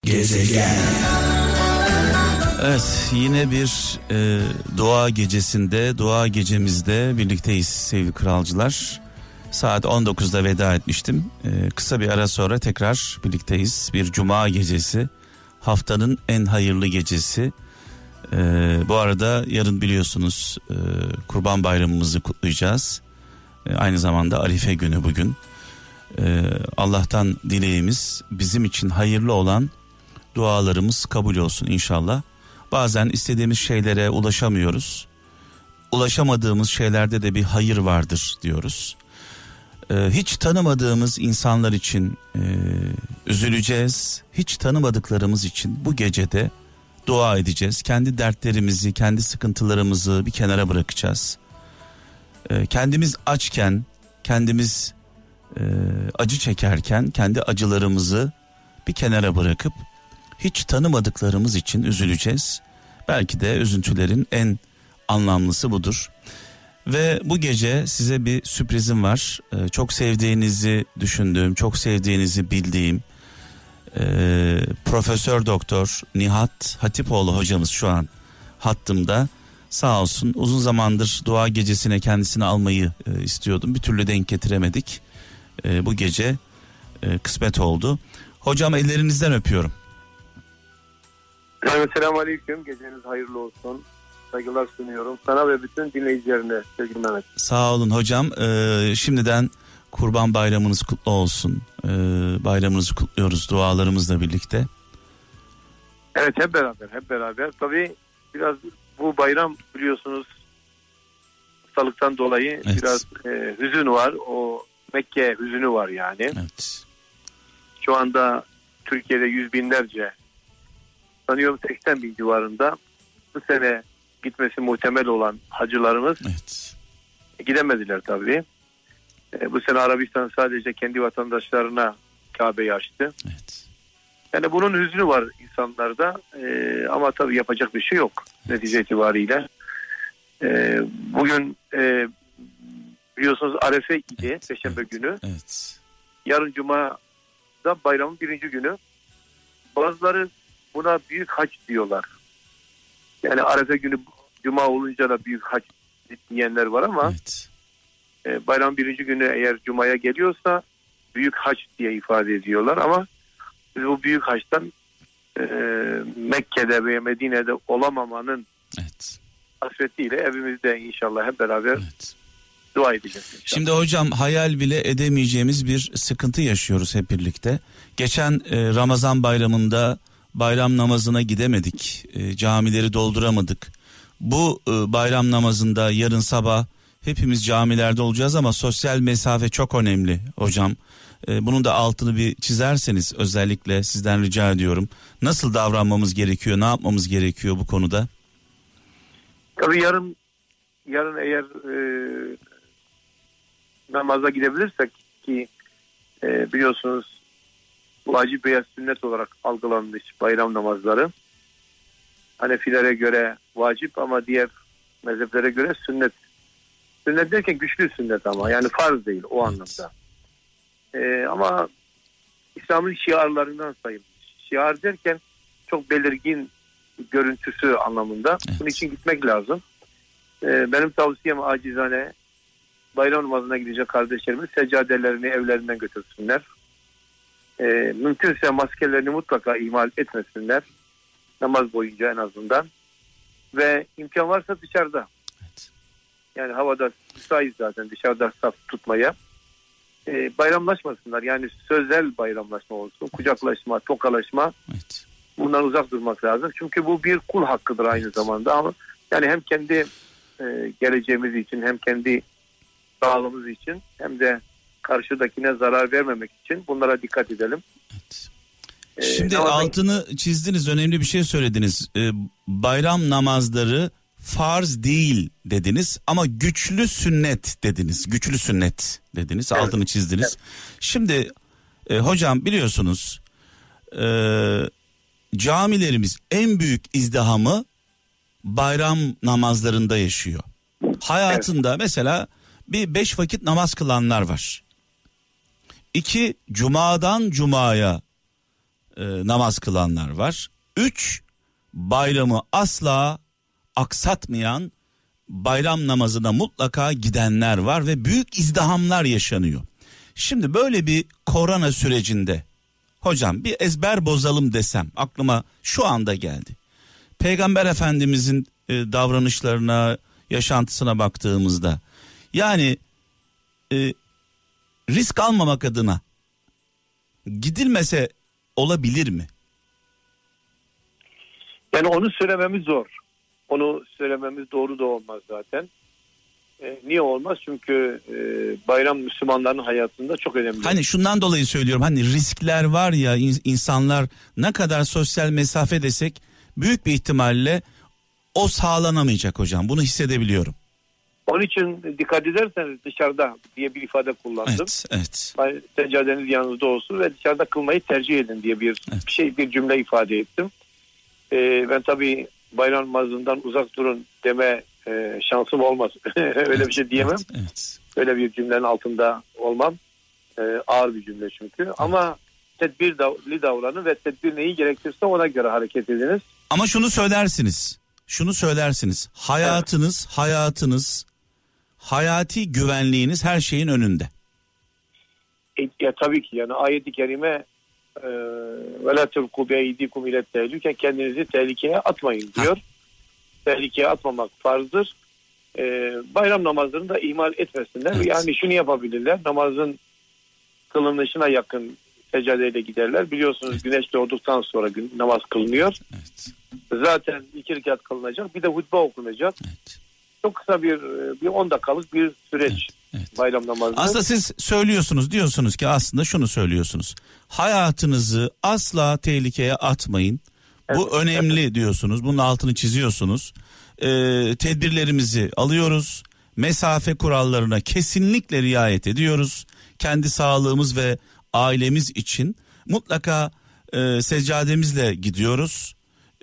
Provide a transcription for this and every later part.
Gezegen. Evet, yine bir dua gecesinde, dua gecemizde birlikteyiz sevgili kralcılar. Saat 19'da veda etmiştim. Kısa bir ara sonra tekrar birlikteyiz. Bir cuma gecesi, haftanın en hayırlı gecesi. Bu arada yarın biliyorsunuz Kurban Bayramımızı kutlayacağız. Aynı zamanda Arife günü bugün. Allah'tan dileğimiz bizim için hayırlı olan dualarımız kabul olsun inşallah. Bazen istediğimiz şeylere ulaşamıyoruz. Ulaşamadığımız şeylerde de bir hayır vardır diyoruz. Hiç tanımadığımız insanlar için üzüleceğiz. Hiç tanımadıklarımız için bu gecede dua edeceğiz. Kendi dertlerimizi, kendi sıkıntılarımızı bir kenara bırakacağız. Kendimiz açken, kendimiz acı çekerken kendi acılarımızı bir kenara bırakıp hiç tanımadıklarımız için üzüleceğiz. Belki de üzüntülerin en anlamlısı budur. Ve bu gece size bir sürprizim var. Çok sevdiğinizi düşündüğüm, çok sevdiğinizi bildiğim Profesör Doktor Nihat Hatipoğlu hocamız şu an hattımda. Sağ olsun, uzun zamandır dua gecesine kendisini almayı istiyordum. Bir türlü denk getiremedik. Bu gece kısmet oldu. Hocam ellerinizden öpüyorum. Selamun Aleyküm. Geceniz hayırlı olsun. Saygılar sunuyorum sana ve bütün dinleyicilerine sevgili Mehmet. Sağ olun hocam. Şimdiden Kurban Bayramınız kutlu olsun. Bayramınızı kutluyoruz dualarımızla birlikte. Evet, hep beraber. Tabii biraz bu bayram biliyorsunuz hastalıktan dolayı evet, biraz hüzün var. O Mekke hüzünü var yani. Evet. Şu anda Türkiye'de yüz binlerce, sanıyorum 80 bin civarında bu sene gitmesi muhtemel olan hacılarımız evet, gidemediler tabii. Bu sene Arabistan sadece kendi vatandaşlarına Kabe'yi açtı. Evet. Yani bunun hüznü var insanlarda ama tabii yapacak bir şey yok netice itibariyle. Bugün biliyorsunuz Arefe idi, evet, Perşembe evet, günü. Evet. Yarın Cuma'da bayramın birinci günü. Bazıları buna büyük hac diyorlar. Yani Arefe günü Cuma olunca da büyük hac diyenler var ama Evet. Bayram birinci günü eğer Cuma'ya geliyorsa büyük hac diye ifade ediyorlar ama biz bu büyük haçtan Mekke'de ve Medine'de olamamanın Evet. hasretiyle evimizde inşallah hep beraber Evet. dua edeceğiz. İnşallah. Şimdi hocam hayal bile edemeyeceğimiz bir sıkıntı yaşıyoruz hep birlikte. Geçen Ramazan bayramında bayram namazına gidemedik. Camileri dolduramadık. Bu bayram namazında yarın sabah hepimiz camilerde olacağız ama sosyal mesafe çok önemli hocam. Bunun da altını bir çizerseniz özellikle sizden rica ediyorum. Nasıl davranmamız gerekiyor, ne yapmamız gerekiyor bu konuda? Tabii yarın eğer namaza gidebilirsek ki biliyorsunuz vacip veya sünnet olarak algılanmış bayram namazları. Hanefilere göre vacip ama diğer mezheplere göre sünnet. Sünnet derken güçlü sünnet ama yani farz değil o anlamda. Ama İslam'ın şiarlarından sayılmış. Şiar derken çok belirgin görüntüsü anlamında. Evet. Bunun için gitmek lazım. Benim tavsiyem acizane bayram namazına gidecek kardeşlerimiz seccadelerini evlerinden götürsünler. Mümkünse maskelerini mutlaka ihmal etmesinler. Namaz boyunca en azından. Ve imkan varsa dışarıda. Evet. Yani havada müsait zaten dışarıda saf tutmaya. Bayramlaşmasınlar. Yani sözel bayramlaşma olsun. Kucaklaşma, tokalaşma. Evet. Bundan uzak durmak lazım. Çünkü bu bir kul hakkıdır aynı zamanda. Ama yani hem kendi geleceğimiz için hem kendi sağlığımız için hem de karşıdakine zarar vermemek için bunlara dikkat edelim. Evet. Şimdi altını çizdiniz, önemli bir şey söylediniz. Bayram namazları farz değil dediniz ama güçlü sünnet dediniz. Güçlü sünnet dediniz, evet, altını çizdiniz. Evet. Şimdi hocam biliyorsunuz camilerimiz en büyük izdihamı bayram namazlarında yaşıyor. Hayatında evet, mesela bir 5 vakit namaz kılanlar var. 2 cumadan cumaya namaz kılanlar var. 3, bayramı asla aksatmayan, bayram namazına mutlaka gidenler var ve büyük izdihamlar yaşanıyor. Şimdi böyle bir korona sürecinde hocam bir ezber bozalım desem aklıma şu anda geldi. Peygamber Efendimizin davranışlarına, yaşantısına baktığımızda yani risk almamak adına gidilmese olabilir mi? Yani onu söylememiz zor. Onu söylememiz doğru da olmaz zaten. Niye olmaz? Çünkü bayram Müslümanların hayatında çok önemli. Hani şundan dolayı söylüyorum, hani riskler var ya, insanlar ne kadar sosyal mesafe desek büyük bir ihtimalle o sağlanamayacak hocam. Bunu hissedebiliyorum. Onun için dikkat ederseniz dışarıda diye bir ifade kullandım. Evet. Seccadeniz yanınızda olsun ve dışarıda kılmayı tercih edin diye bir cümle ifade ettim. Ben tabii bayram namazından uzak durun deme şansım olmaz. Öyle bir şey diyemem. Evet. Öyle bir cümlenin altında olmam. Ağır bir cümle çünkü. Ama tedbirli davranın ve tedbir neyi gerektirse ona göre hareket ediniz. Ama şunu söylersiniz. Hayatınız, hayati güvenliğiniz her şeyin önünde. Ya tabii ki yani ayet-i kerime ve la tulku bi eydikum ile tehlike, kendinizi tehlikeye atmayın diyor. Tehlikeye atmamak farzdır. Bayram namazlarını da ihmal etmesinler. Evet. Yani şunu yapabilirler. Namazın kılınışına yakın seccadeyle giderler. Biliyorsunuz güneş doğduktan sonra namaz kılınıyor. Evet. Zaten 2 rekat kılınacak. Bir de hutbe okunacak. Evet. Çok kısa bir 10 dakikalık bir süreç. Evet. Bayram namazı. Aslında siz diyorsunuz ki aslında şunu söylüyorsunuz. Hayatınızı asla tehlikeye atmayın. Evet, bu önemli diyorsunuz. Bunun altını çiziyorsunuz. Tedbirlerimizi alıyoruz. Mesafe kurallarına kesinlikle riayet ediyoruz. Kendi sağlığımız ve ailemiz için mutlaka seccademizle gidiyoruz.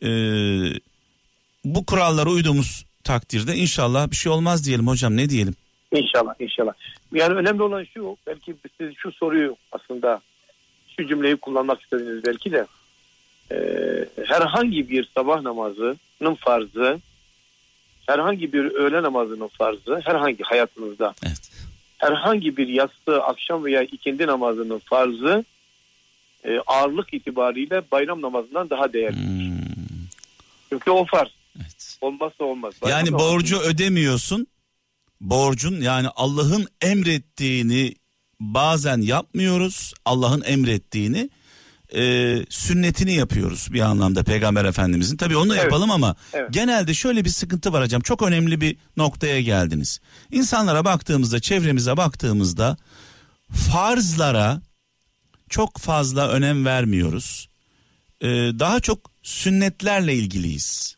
Bu kurallara uyduğumuz takdirde inşallah bir şey olmaz diyelim hocam, ne diyelim? İnşallah. Yani önemli olan şu, belki siz şu soruyu aslında şu cümleyi kullanmak istediniz belki de herhangi bir sabah namazının farzı, herhangi bir öğle namazının farzı, herhangi hayatınızda herhangi bir yatsı, akşam veya ikindi namazının farzı ağırlık itibariyle bayram namazından daha değerli. Çünkü o farz. Evet. Olmazsa olmaz. Bayram yani borcu ödemiyorsun. Borcun, yani Allah'ın emrettiğini bazen yapmıyoruz. Allah'ın emrettiğini sünnetini yapıyoruz bir anlamda Peygamber Efendimizin. Tabii onu da yapalım ama genelde şöyle bir sıkıntı var hocam. Çok önemli bir noktaya geldiniz. İnsanlara baktığımızda, çevremize baktığımızda farzlara çok fazla önem vermiyoruz. Daha çok sünnetlerle ilgiliyiz.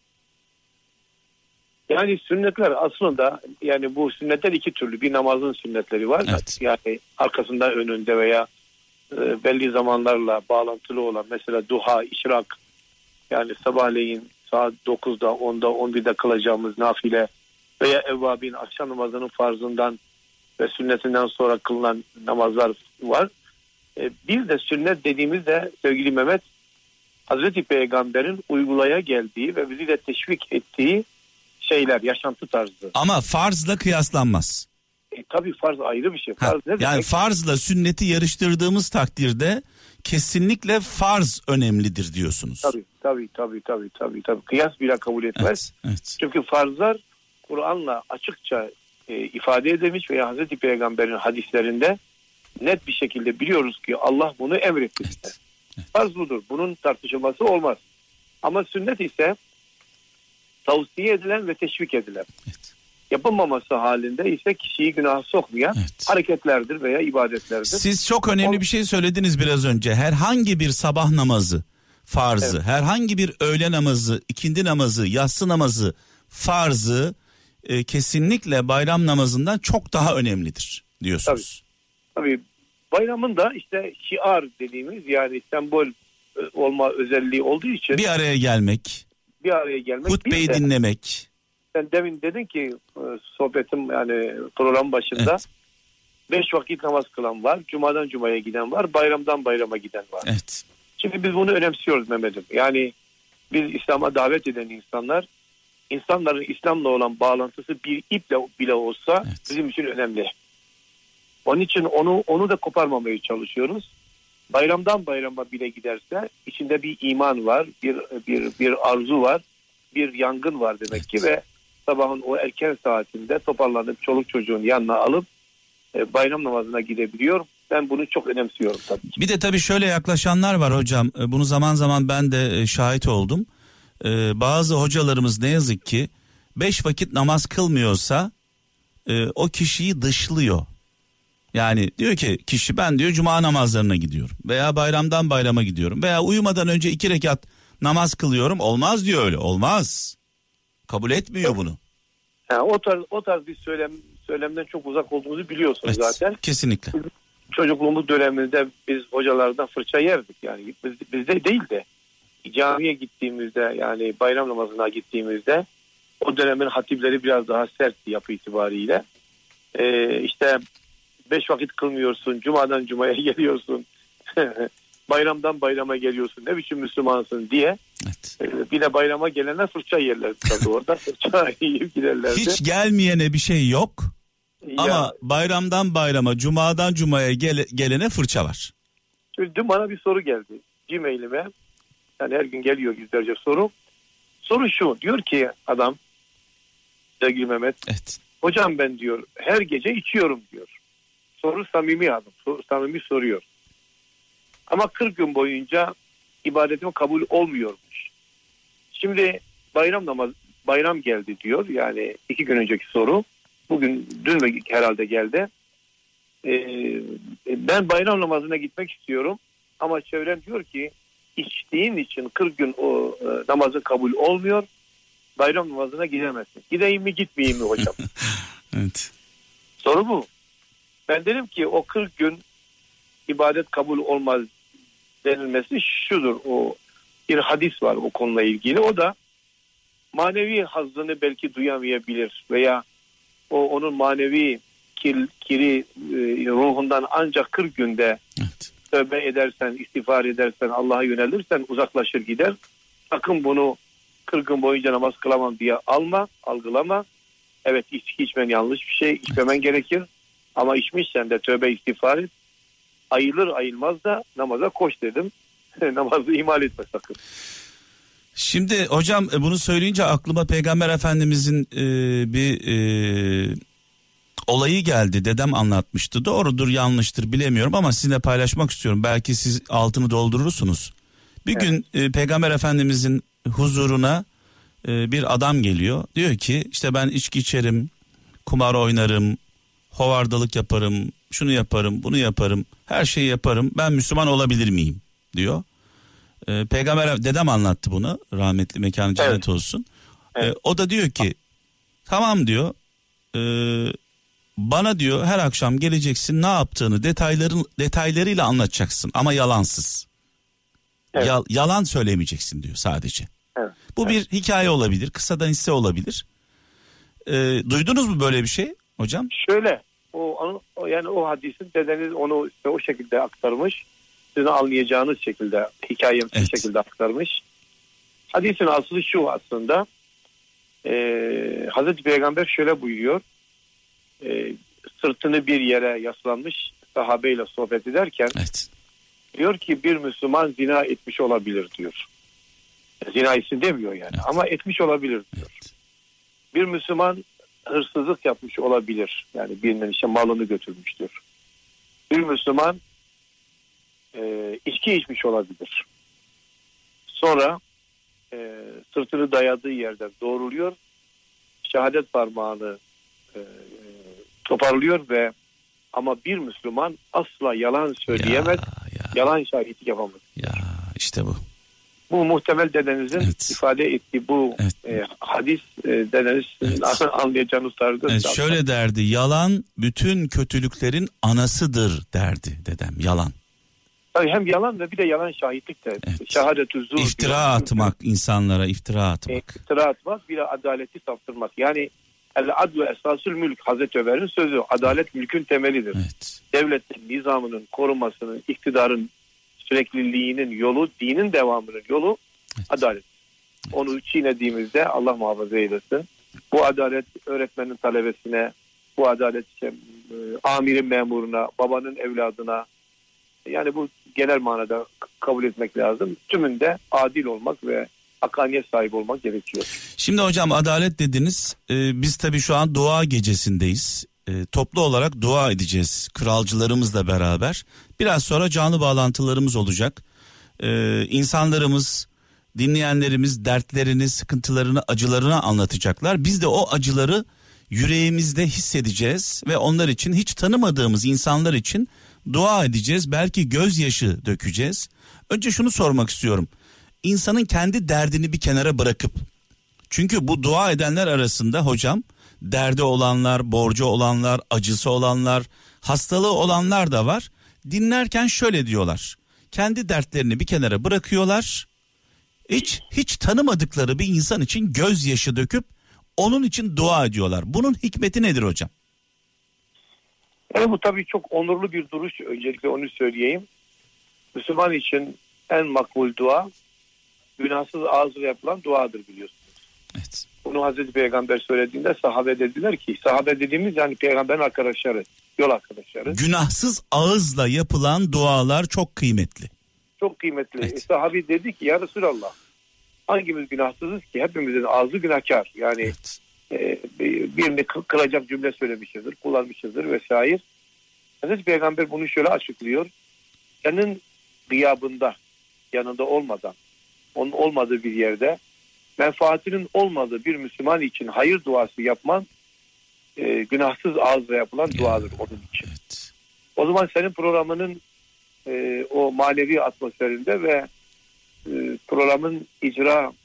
Yani sünnetler aslında, yani bu sünnetler 2 türlü. Bir namazın sünnetleri var. Evet. Yani arkasında, önünde veya belli zamanlarla bağlantılı olan, mesela duha, işrak, yani sabahleyin saat 9'da, 10'da, 11'de kılacağımız nafile veya evvabin, akşam namazının farzından ve sünnetinden sonra kılınan namazlar var. Bir de sünnet dediğimizde sevgili Mehmet, Hazreti Peygamber'in uygulaya geldiği ve bizi de teşvik ettiği şeyler, yaşantı tarzı. Ama farzla kıyaslanmaz. Tabii farz ayrı bir şey. Farz ne yani demek? Farzla sünneti yarıştırdığımız takdirde kesinlikle farz önemlidir diyorsunuz. Tabii. Kıyas bile kabul etmez. Evet. Çünkü farzlar Kur'an'la açıkça ifade edilmiş veya Hazreti Peygamber'in hadislerinde net bir şekilde biliyoruz ki Allah bunu emretti. Evet. Farz budur. Bunun tartışılması olmaz. Ama sünnet ise tavsiye edilen ve teşvik edilen. Evet. Yapılmaması halinde ise kişiyi günaha sokmayan hareketlerdir veya ibadetlerdir. Siz çok önemli bir şey söylediniz biraz önce. Herhangi bir sabah namazı farzı, herhangi bir öğle namazı, ikindi namazı, yatsı namazı farzı kesinlikle bayram namazından çok daha önemlidir diyorsunuz. Tabii. Bayramın da işte şiar dediğimiz, yani sembol olma özelliği olduğu için bir araya gelmek, hutbeyi dinlemek. Sen demin dedin ki sohbetim, yani program başında 5 vakit namaz kılan var, cumadan cumaya giden var, bayramdan bayrama giden var. Evet. Şimdi biz bunu önemsiyoruz Mehmet'im. Yani biz İslam'a davet eden insanların İslam'la olan bağlantısı bir iple bile olsa bizim için önemli. Onun için onu da koparmamaya çalışıyoruz. Bayramdan bayrama bile giderse içinde bir iman var, bir arzu var, bir yangın var demek ki ve sabahın o erken saatinde toparlanıp çoluk çocuğun yanına alıp bayram namazına gidebiliyor. Ben bunu çok önemsiyorum tabii ki. Bir de tabii şöyle yaklaşanlar var hocam. Bunu zaman zaman ben de şahit oldum. Bazı hocalarımız ne yazık ki 5 vakit namaz kılmıyorsa o kişiyi dışlıyor. Yani diyor ki kişi ben diyor cuma namazlarına gidiyorum veya bayramdan bayrama gidiyorum veya uyumadan önce 2 rekat namaz kılıyorum. Olmaz diyor, öyle olmaz. Kabul etmiyor bunu. Yani o tarz bir söylemden çok uzak olduğumuzu biliyorsunuz zaten. Kesinlikle. Çocukluğumuz döneminde biz hocalardan fırça yerdik. Yani bizde değil de camiye gittiğimizde, yani bayram namazına gittiğimizde o dönemin hatipleri biraz daha sert yapı itibariyle. İşte 5 vakit kılmıyorsun, cumadan cumaya geliyorsun, bayramdan bayrama geliyorsun, ne biçim Müslümansın diye. Bir de bayrama gelene fırça yerlerdi tabii orada. Fırça yiyip giderlerdi. Hiç gelmeyene bir şey yok. Ama bayramdan bayrama, cumadan cumaya gelene fırça var. Dün bana bir soru geldi Gmail'ime. Yani her gün geliyor yüzlerce soru. Soru şu, diyor ki adam, sevgili Mehmet. Evet. Hocam ben diyor her gece içiyorum diyor. Soru samimi adam. Samimi soruyor. Ama 40 gün boyunca ibadetim kabul olmuyormuş. Şimdi bayram geldi diyor. Yani 2 gün önceki soru. Dün herhalde geldi. Ben bayram namazına gitmek istiyorum. Ama çevrem diyor ki içtiğin için 40 gün o namazın kabul olmuyor. Bayram namazına gidemezsin. Gideyim mi gitmeyeyim mi hocam? Evet. Soru bu. Ben dedim ki o 40 gün ibadet kabul olmaz denilmesi şudur. O bir hadis var o konuyla ilgili. O da manevi hazzını belki duyamayabilir veya onun manevi kiri ruhundan ancak 40 günde tövbe edersen, istiğfar edersen, Allah'a yönelirsen uzaklaşır gider. Sakın bunu 40 gün boyunca namaz kılamam diye algılama. Evet, içki içmen yanlış bir şey. İçmemen gerekir. Ama içmişsen de tövbe istiğfar et. Ayılır ayılmaz da namaza koş dedim. Namazı ihmal etme sakın. Şimdi hocam bunu söyleyince aklıma Peygamber Efendimizin bir olayı geldi. Dedem anlatmıştı. Doğrudur yanlıştır bilemiyorum ama sizinle paylaşmak istiyorum. Belki siz altını doldurursunuz. Bir gün Peygamber Efendimizin huzuruna bir adam geliyor. Diyor ki işte ben içki içerim, kumar oynarım, hovardalık yaparım, şunu yaparım, bunu yaparım, her şeyi yaparım. Ben Müslüman olabilir miyim diyor. Dedem anlattı bunu, rahmetli, mekanı cennet olsun. Evet. O da diyor ki tamam diyor, bana diyor her akşam geleceksin, ne yaptığını detaylarıyla anlatacaksın ama yalansız. Evet. Yalan söylemeyeceksin diyor sadece. Evet. Bu bir hikaye olabilir, kısadan hisse olabilir. Duydunuz mu böyle bir şey hocam? Şöyle, yani o hadisin dedeniz onu o şekilde aktarmış. Sizin anlayacağınız şekilde, hikayemsi şekilde aktarmış. Hadisin aslı şu aslında. Hazreti Peygamber şöyle buyuruyor. Sırtını bir yere yaslanmış sahabeyle sohbet ederken diyor ki bir Müslüman zina etmiş olabilir diyor. Zina etsin demiyor yani ama etmiş olabilir diyor. Bir Müslüman hırsızlık yapmış olabilir. Yani birinin işte malını götürmüştür. Bir Müslüman içki içmiş olabilir. Sonra sırtını dayadığı yerden doğruluyor. Şehadet parmağını toparlıyor ve ama bir Müslüman asla yalan söyleyemez. Yalan şahitlik yapamaz. Ya işte bu. Bu muhtemel dedenizin ifade ettiği bu hadis dedeniz anlayacağınız tarzda. Şöyle derdi, yalan bütün kötülüklerin anasıdır derdi dedem, yalan. Yani hem yalan ve bir de yalan şahitlik de. Şehadetü zur. İftira atmak, insanlara iftira atmak. İftira atmak, bir de adaleti saptırmak. Yani el-adlu esasül mülk, Hazreti Ömer'in sözü. Adalet mülkün temelidir. Devletin, nizamının, korumasının, iktidarın sürekliliğinin yolu, dinin devamının yolu adalet. Onu çiğnediğimizde Allah muhafaza eylesin. Bu adalet öğretmenin talebesine, bu adalet amirin memuruna, babanın evladına, yani bu genel manada kabul etmek lazım. Tümünde adil olmak ve hakkaniyet sahibi olmak gerekiyor. Şimdi hocam adalet dediniz. Biz tabii şu an dua gecesindeyiz. Toplu olarak dua edeceğiz kralcılarımızla beraber. Biraz sonra canlı bağlantılarımız olacak. İnsanlarımız, dinleyenlerimiz dertlerini, sıkıntılarını, acılarını anlatacaklar. Biz de o acıları yüreğimizde hissedeceğiz ve onlar için, hiç tanımadığımız insanlar için dua edeceğiz. Belki gözyaşı dökeceğiz. Önce şunu sormak istiyorum. İnsanın kendi derdini bir kenara bırakıp, çünkü bu dua edenler arasında hocam derdi olanlar, borcu olanlar, acısı olanlar, hastalığı olanlar da var. Dinlerken şöyle diyorlar. Kendi dertlerini bir kenara bırakıyorlar. Hiç tanımadıkları bir insan için gözyaşı döküp onun için dua ediyorlar. Bunun hikmeti nedir hocam? Evet, bu tabii çok onurlu bir duruş. Öncelikle onu söyleyeyim. Müslüman için en makbul dua günahsız ağızla yapılan duadır, biliyorsunuz. Evet. Bunu Hazreti Peygamber söylediğinde sahabe dediler ki, sahabe dediğimiz yani peygamberin arkadaşları, yol arkadaşları. Günahsız ağızla yapılan dualar çok kıymetli. Çok kıymetli. Evet. Sahabe dedi ki ya Resulallah, hangimiz günahsızız ki? Hepimizin ağzı günahkar. Yani Evet. Birini kıracak cümle söylemişizdir, kullanmışızdır vesaire. Hazreti Peygamber bunu şöyle açıklıyor. Senin gıyabında, yanında olmadan, onun olmadığı bir yerde, menfaatinin olmadığı bir Müslüman için hayır duası yapman günahsız ağızla yapılan duadır onun için. Evet. O zaman senin programının o manevi atmosferinde ve programın icra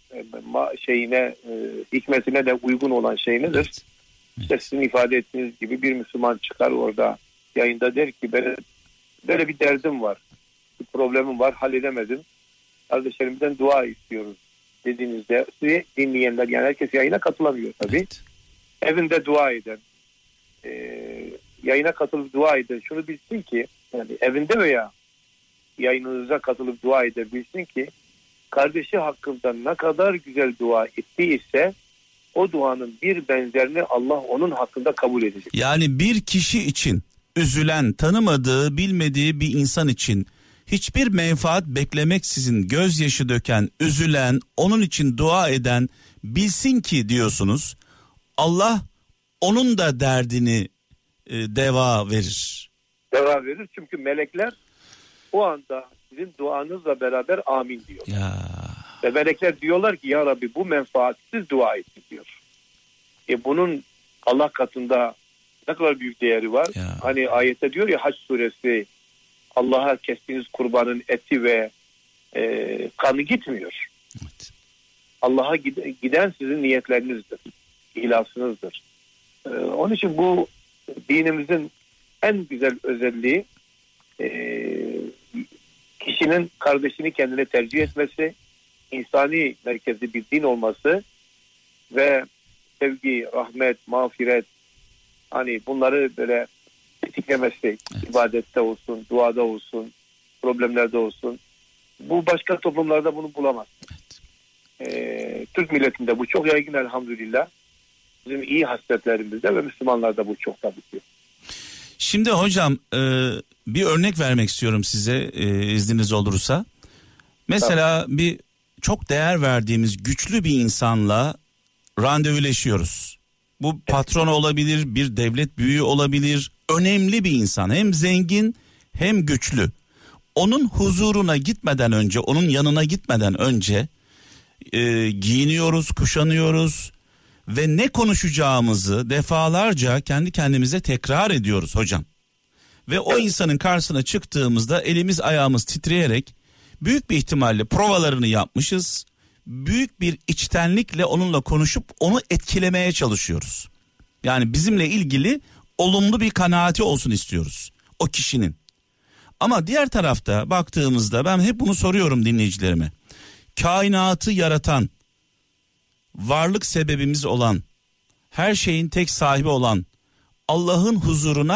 hikmetine de uygun olan şey nedir? Evet. İşte sizin ifade ettiğiniz gibi bir Müslüman çıkar orada yayında, der ki benim böyle bir derdim var, bir problemim var, halledemedim, kardeşlerimizden dua istiyoruz dediğinizde sizi dinleyenler, yani herkes yayına katılamıyor tabii. Evet. Evinde dua eden, yayına katılıp dua eden şunu bilsin ki, yani evinde veya yayınınıza katılıp dua edebilsin ki, kardeşi hakkında ne kadar güzel dua ettiyse o duanın bir benzerini Allah onun hakkında kabul edecek. Yani bir kişi için üzülen, tanımadığı, bilmediği bir insan için hiçbir menfaat beklemeksizin gözyaşı döken, üzülen, onun için dua eden bilsin ki diyorsunuz, Allah onun da derdini deva verir. Deva verir, çünkü melekler o anda sizin duanızla beraber amin diyor. Ya. Ve melekler diyorlar ki ya Rabbi bu menfaatsiz dua etti diyor. Bunun Allah katında ne kadar büyük değeri var. Ya. Hani ayette diyor ya Hac suresi, Allah'a kestiğiniz kurbanın eti ve kanı gitmiyor. Evet. Allah'a giden sizin niyetlerinizdir, ihlasınızdır. Onun için bu dinimizin en güzel özelliği kişinin kardeşini kendine tercih etmesi, insani merkezli bir din olması ve sevgi, rahmet, mağfiret, hani bunları böyle tetiklemesi, evet. İbadette olsun, duada olsun, problemlerde olsun. Bu başka toplumlarda bunu bulamaz. Evet. Türk milletinde bu çok yaygın elhamdülillah. Bizim iyi hasletlerimizde ve Müslümanlarda bu çok tabii ki. Şimdi hocam bir örnek vermek istiyorum size izniniz olursa. Mesela tamam. Bir çok değer verdiğimiz güçlü bir insanla randevuleşiyoruz. Bu patron olabilir, bir devlet büyüğü olabilir, önemli bir insan, hem zengin hem güçlü. Onun huzuruna gitmeden önce, onun yanına gitmeden önce giyiniyoruz, kuşanıyoruz ve ne konuşacağımızı defalarca kendi kendimize tekrar ediyoruz hocam. Ve o insanın karşısına çıktığımızda elimiz ayağımız titreyerek büyük bir ihtimalle provalarını yapmışız. Büyük bir içtenlikle onunla konuşup onu etkilemeye çalışıyoruz. Yani bizimle ilgili olumlu bir kanaati olsun istiyoruz o kişinin. Ama diğer tarafta baktığımızda ben hep bunu soruyorum dinleyicilerime. Kainatı yaratan, varlık sebebimiz olan, her şeyin tek sahibi olan Allah'ın huzuruna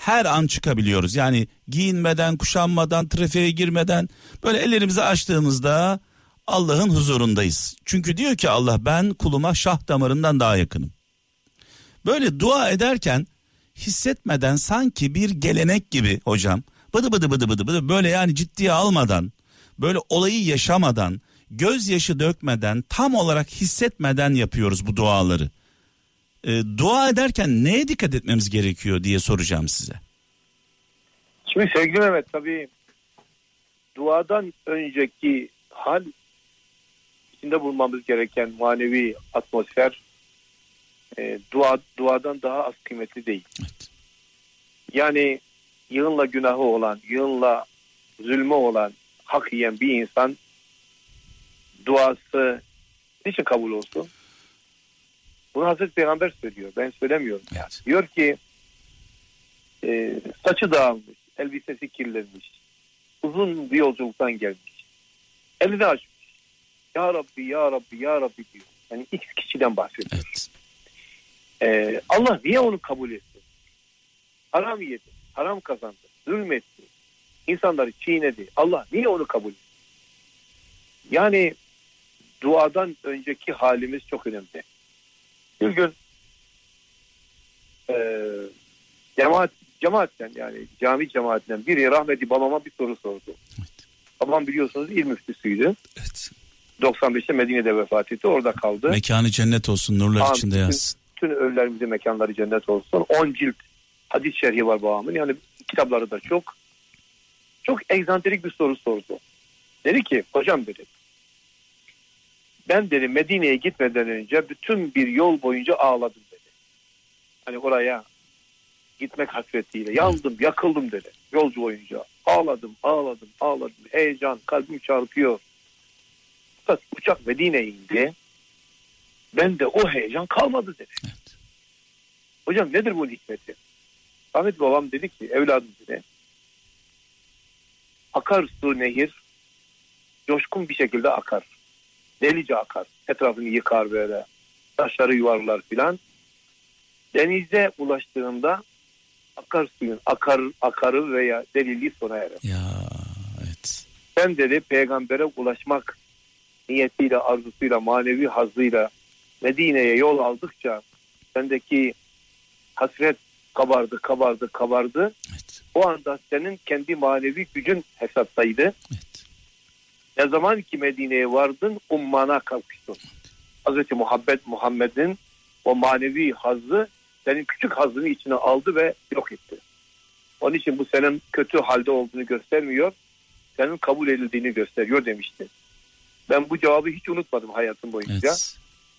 her an çıkabiliyoruz. Yani giyinmeden, kuşanmadan, trafiğe girmeden böyle ellerimizi açtığımızda Allah'ın huzurundayız. Çünkü diyor ki Allah, ben kuluma şah damarından daha yakınım. Böyle dua ederken hissetmeden, sanki bir gelenek gibi hocam, bıdı bıdı bıdı bıdı bıdı, böyle yani ciddiye almadan, böyle olayı yaşamadan, gözyaşı dökmeden, tam olarak hissetmeden yapıyoruz bu duaları. Dua ederken neye dikkat etmemiz gerekiyor diye soracağım size. Şimdi sevgili Mehmet, tabii duadan önceki hal, içinde bulunmamız gereken manevi atmosfer duadan daha az kıymetli değil. Evet. Yani yığınla günahı olan, yığınla zulmü olan, hak yiyen bir insan duası niçin kabul olsun? Bunu Hazreti Peygamber söylüyor. Ben söylemiyorum. Evet. Yani. Diyor ki saçı dağılmış, elbisesi kirlenmiş, uzun bir yolculuktan gelmiş, elini açmış. Ya Rabbi, Ya Rabbi, Ya Rabbi diyor. Yani X kişiden bahsediyor. Evet. Allah niye onu kabul etti? Haram yedi, haram kazandı, zulmetti, insanları çiğnedi. Allah niye onu kabul etti? Yani duadan önceki halimiz çok önemli. Bir gün cemaatten, yani cami cemaatinden biri rahmetli babama bir soru sordu. Evet. Babam biliyorsunuz il müftüsüydü. Evet. 95'te Medine'de vefat etti. Orada kaldı. Mekanı cennet olsun, nurlar içinde yazsın. Bütün ölülerimizin mekanları cennet olsun. 10 cilt hadis şerhi var babamın. Yani kitapları da çok. Çok egzantrik bir soru sordu. Dedi ki, hocam dedi, ben dedi Medine'ye gitmeden önce bütün bir yol boyunca ağladım dedi. Hani oraya gitmek hasretiyle yandım, yakıldım dedi. Yolcu boyunca ağladım. Heyecan, kalbim çarpıyor. Fakat uçak Medine'ye indi. Ben de o heyecan kalmadı dedi. Evet. Hocam nedir bu hikmeti? Ahmet babam dedi ki, evladım dedi, akarsu nehir coşkun bir şekilde akar. Delice akar. Etrafını yıkar böyle. Taşları yuvarlar filan. Denize ulaştığında akarsuyun akarı veya deliliği sona erer. Ya evet. Ben dedi peygambere ulaşmak niyetiyle, arzusuyla, manevi hazzıyla Medine'ye yol aldıkça bendeki hasret kabardı. Evet. O anda senin kendi manevi gücün hesaptaydı. Evet. Ne zaman ki Medine'ye vardın, ummana kalkıştın. Hazreti Muhammed'in o manevi hazzı senin küçük hazzını içine aldı ve yok etti. Onun için bu senin kötü halde olduğunu göstermiyor, senin kabul edildiğini gösteriyor demişti. Ben bu cevabı hiç unutmadım hayatım boyunca. Evet.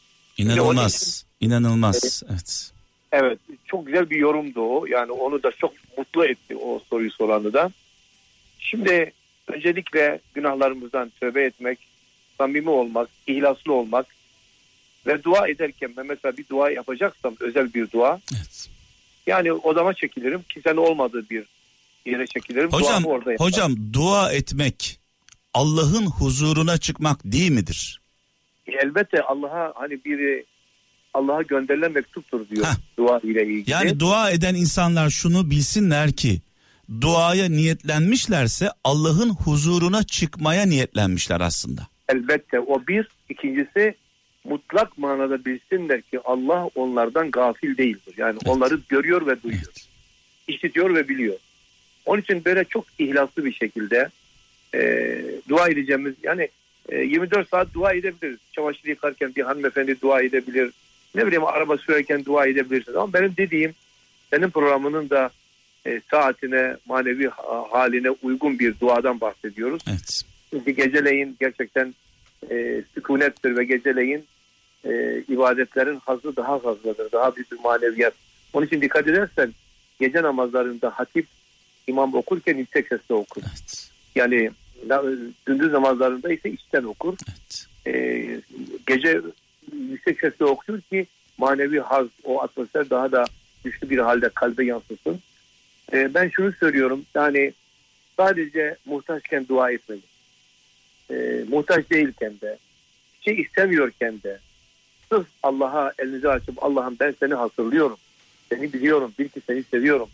İnanılmaz. Evet. Evet, çok güzel bir yorumdu o. Yani onu da çok mutlu etti, o soruyu soranı da. Şimdi öncelikle günahlarımızdan tövbe etmek, samimi olmak, ihlaslı olmak ve dua ederken ben mesela bir dua yapacaksam, özel bir dua, Evet. yani odama çekilirim, kimsenin olmadığı bir yere çekilirim. Hocam dua etmek Allah'ın huzuruna çıkmak değil midir? Elbette Allah'a gönderilen mektuptur diyor dua ile ilgili. Yani dua eden insanlar şunu bilsinler ki duaya niyetlenmişlerse Allah'ın huzuruna çıkmaya niyetlenmişler aslında. Elbette o bir. İkincisi mutlak manada bilsinler ki Allah onlardan gafil değildir. Yani evet, onları görüyor ve duyuyor. Evet, işitiyor ve biliyor. Onun için böyle çok ihlaslı bir şekilde dua edeceğimiz, yani 24 saat dua edebiliriz. Çamaşır yıkarken bir hanımefendi dua edebilir. Ne bileyim, araba sürerken dua edebilirsiniz. Ama benim dediğim, senin programının da saatine, manevi haline uygun bir duadan bahsediyoruz. Evet. Çünkü geceleyin gerçekten sükunettir ve geceleyin ibadetlerin hazzı daha fazladır. Daha büyük bir maneviyat. Onun için dikkat edersen gece namazlarında hatip imam okurken yüksek sesle okur. Evet. Yani gündüz namazlarında ise içten okur. Evet. Gece yüksek sesle okuyor ki manevi haz, o atmosfer daha da güçlü bir halde kalbe yansısın. Ben şunu söylüyorum, yani sadece muhtaçken dua etmeyin. Muhtaç değilken de, bir şey istemiyorken de, sırf Allah'a elinizi açıp Allah'ım ben seni hatırlıyorum, seni biliyorum, bil ki seni seviyorum,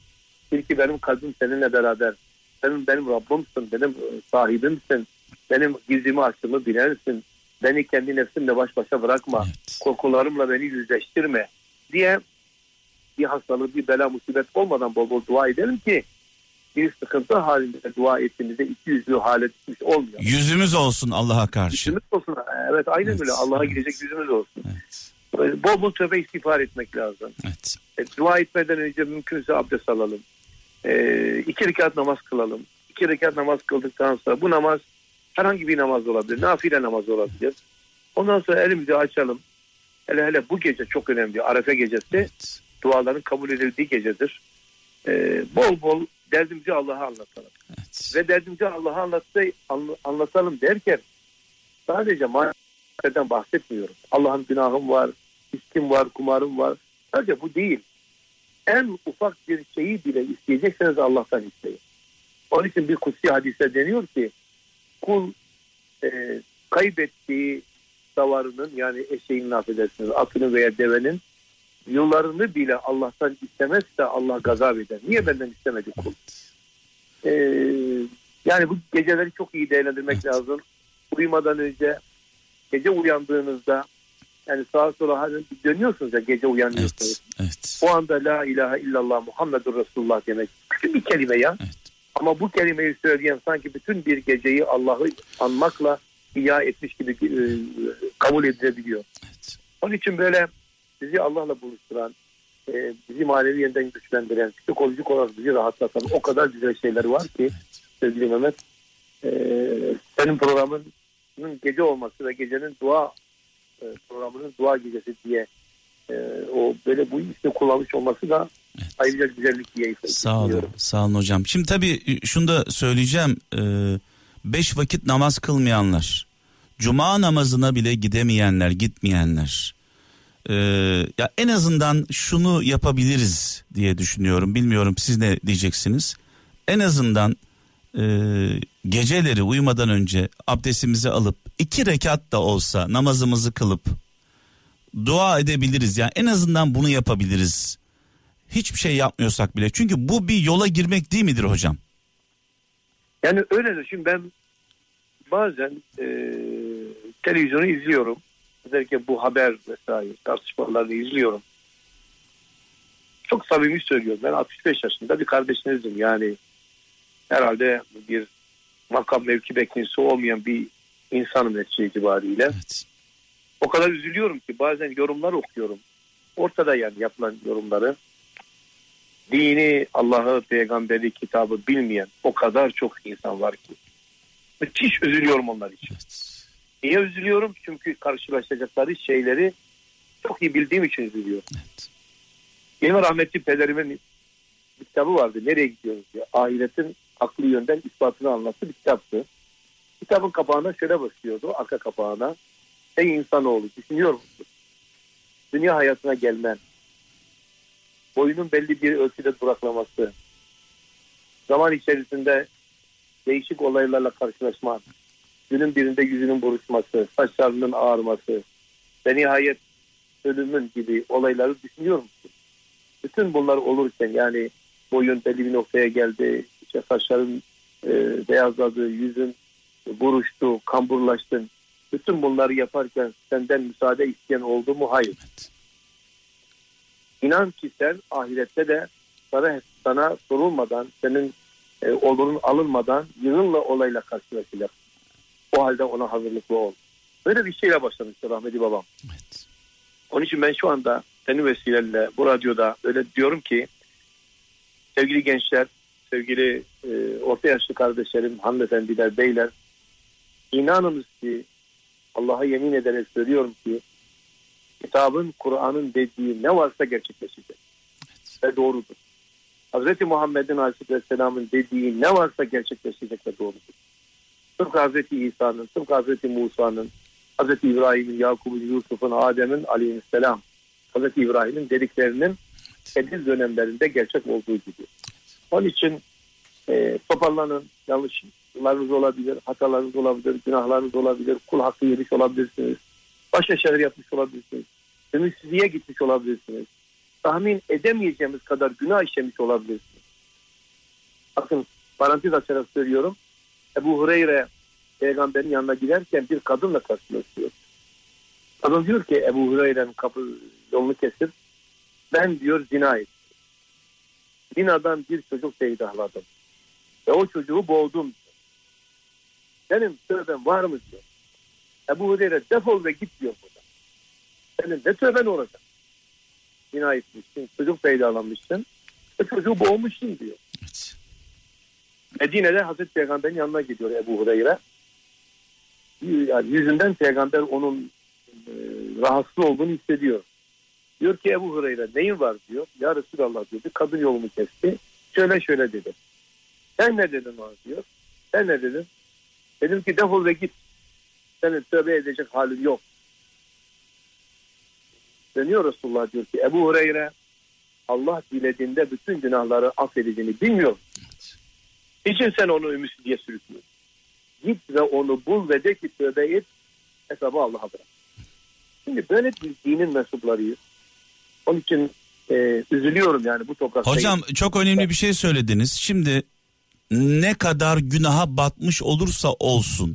Bil ki benim kalbim seninle beraber. Sen benim Rabbimsin, benim sahibimsin. Benim gizlimi açtığımı bilersin. Beni kendi nefsimle baş başa bırakma. Evet. Korkularımla beni yüzleştirme diye bir hastalık, bir bela, musibet olmadan bol bol dua edelim ki bir sıkıntı halinde dua ettiğimizde iki yüzlü hale düşmüş olmuyor. Yüzümüz olsun Allah'a karşı. Yüzümüz olsun. Evet, aynen Evet, öyle. Allah'a evet. gidecek yüzümüz olsun. Evet. Bol bol tövbe istiğfar etmek lazım. Evet. Dua etmeden önce mümkünse abdest alalım. 2 rekat namaz kılalım. 2 rekat namaz kıldıktan sonra bu namaz herhangi bir namaz olabilir. Nafile namaz olabilir. Ondan sonra elimizi açalım. Hele bu gece çok önemli. Arefe gecesi Evet. duaların kabul edildiği gecedir. Bol bol derdimizi Allah'a anlatalım. Evet. Ve derdimizi Allah'a anlatalım derken sadece maneviyattan bahsetmiyorum. Allah'ın günahım var, iskim var, kumarım var. Sadece bu değil. En ufak bir şeyi bile isteyecekseniz Allah'tan isteyin. Onun için bir kutsi hadise deniyor ki kul kaybettiği davarının, yani eşeğinin, affedersiniz, atını veya devenin yıllarını bile Allah'tan istemezse Allah gazap eder. Niye benden istemedi kul? Yani bu geceleri çok iyi değerlendirmek lazım. Uyumadan önce, gece uyandığınızda, yani sağa sola hani dönüyorsunuz ya, gece uyanıyorsunuz. Evet. O anda la ilahe illallah Muhammedur Resulullah demek. Küçük bir kelime ya. Evet. Ama bu kelimeyi söyleyen sanki bütün bir geceyi Allah'ı anmakla ihya etmiş gibi kabul edilebiliyor. Evet. Onun için böyle bizi Allah'la buluşturan, bizi manevi yönden güçlendiren, psikolojik olarak bizi rahatlatan o kadar güzel şeyler var ki sevgili Mehmet, senin programının gece olması ve gecenin dua programının dua gecesi diye o böyle bu ismi kullanmış olması da ayrıca güzellik diye ifade Sağ olun. Sağ olun hocam. Şimdi tabii şunu da söyleyeceğim. 5 vakit namaz kılmayanlar, cuma namazına bile gidemeyenler, gitmeyenler, ya en azından şunu yapabiliriz diye düşünüyorum. Bilmiyorum siz ne diyeceksiniz. En azından geceleri uyumadan önce abdestimizi alıp 2 rekat da olsa namazımızı kılıp dua edebiliriz. Yani en azından bunu yapabiliriz. Hiçbir şey yapmıyorsak bile. Çünkü bu bir yola girmek değil midir hocam? Yani öyledir. Şimdi ben bazen televizyonu izliyorum. Özellikle bu haber vesaire tartışmalarını izliyorum. Çok samimi söylüyorum. Ben 65 yaşında bir kardeşinizim. Yani herhalde bir makam mevki beklentisi olmayan bir insanım netice itibariyle. Evet. O kadar üzülüyorum ki bazen yorumlar okuyorum. Ortada yani yapılan yorumları. Dini, Allah'ı, peygamberi, kitabı bilmeyen o kadar çok insan var ki. Müthiş üzülüyorum onlar için. Evet. Niye üzülüyorum? Çünkü karşılaşacakları şeyleri çok iyi bildiğim için üzülüyorum. Evet. Benim rahmetli pederimin bir kitabı vardı. Nereye gidiyoruz diye. Ahiretin aklı yönden ispatını anlattığı bir kitaptı. Kitabın kapağına şöyle basıyordu, arka kapağına. Ey insanoğlu, düşünüyor musun? Dünya hayatına gelmen, boyunun belli bir ölçüde duraklaması, zaman içerisinde değişik olaylarla karşılaşman, günün birinde yüzünün buruşması, saçlarının ağarması ve nihayet ölümün gibi olayları düşünüyor musun? Bütün bunlar olurken, yani boyun belli bir noktaya geldi, işte saçların beyazladı, yüzün buruştu, kamburlaştın. Bütün bunları yaparken senden müsaade isteyen oldu mu? Hayır. Evet. İnan ki sen ahirette de sana sorulmadan, senin olurun alınmadan yığınla olayla karşılaşacak. O halde ona hazırlıklı ol. Böyle bir şeyle başlamıştı rahmetli babam. Evet. Onun için ben şu anda senin vesilenle bu radyoda öyle diyorum ki sevgili gençler, sevgili orta yaşlı kardeşlerim, hanımefendiler, beyler, inanınız ki Allah'a yemin ederek söylüyorum ki kitabın, Kur'an'ın dediği ne varsa gerçekleşecek. Evet. Ve doğrudur. Hazreti Muhammed'in Aleyhisselam'ın dediği ne varsa gerçekleşecek ve doğrudur. Tıpkı Hazreti İsa'nın, tıpkı Hazreti Musa'nın, Hazreti İbrahim'in, Yakub'un, Yusuf'un, Adem'in Aleyhisselam, Hazreti İbrahim'in dediklerinin kendi dönemlerinde gerçek olduğu gibi. Onun için toparlanın, yanlışlarınız olabilir, hatalarınız olabilir, günahlarınız olabilir, kul hakkı yemiş olabilirsiniz, başka şeyler yapmış olabilirsiniz, ümitsizliğe gitmiş olabilirsiniz, tahmin edemeyeceğimiz kadar günah işlemiş olabilirsiniz. Bakın parantez açarak söylüyorum. Ebu Hureyre peygamberin yanına giderken bir kadınla karşılaşıyor. Kadın diyor ki Ebu Hureyre'nin yolunu kesip ben diyor zina ettim. Zinadan bir çocuk peydahladım. Ve o çocuğu boğdum. Benim tövbem var mı diyor. Ebu Hureyre defol ve git diyor burada. Senin ne tövben olacak? Zina etmişsin, çocuk peydahlamışsın. Çocuğu boğmuşsun diyor. Evet. Medine'de Hazreti Peygamber'in yanına gidiyor Ebu Hureyre. Yani yüzünden Peygamber onun rahatsız olduğunu hissediyor. Diyor ki Ebu Hureyre neyin var diyor. Ya Resulallah diyor. Bir kadın yolumu kesti. Şöyle dedi. Sen ne dedin ona diyor. Ben ne dedim? Dedim ki defol ve git. Senin tövbe edecek halin yok. Dönüyor Resulullah diyor ki Ebu Hureyre Allah dilediğinde bütün günahları affedeceğini bilmiyor. Niçin sen onu ümitsizliğe sürüklüyorsun? Git ve onu bul ve de ki tövbe et, hesabı Allah'a bırak. Şimdi böyle bir dinin mensuplarıyız. Onun için üzülüyorum yani bu toprakta. Hocam çok önemli bir şey söylediniz. Şimdi ne kadar günaha batmış olursa olsun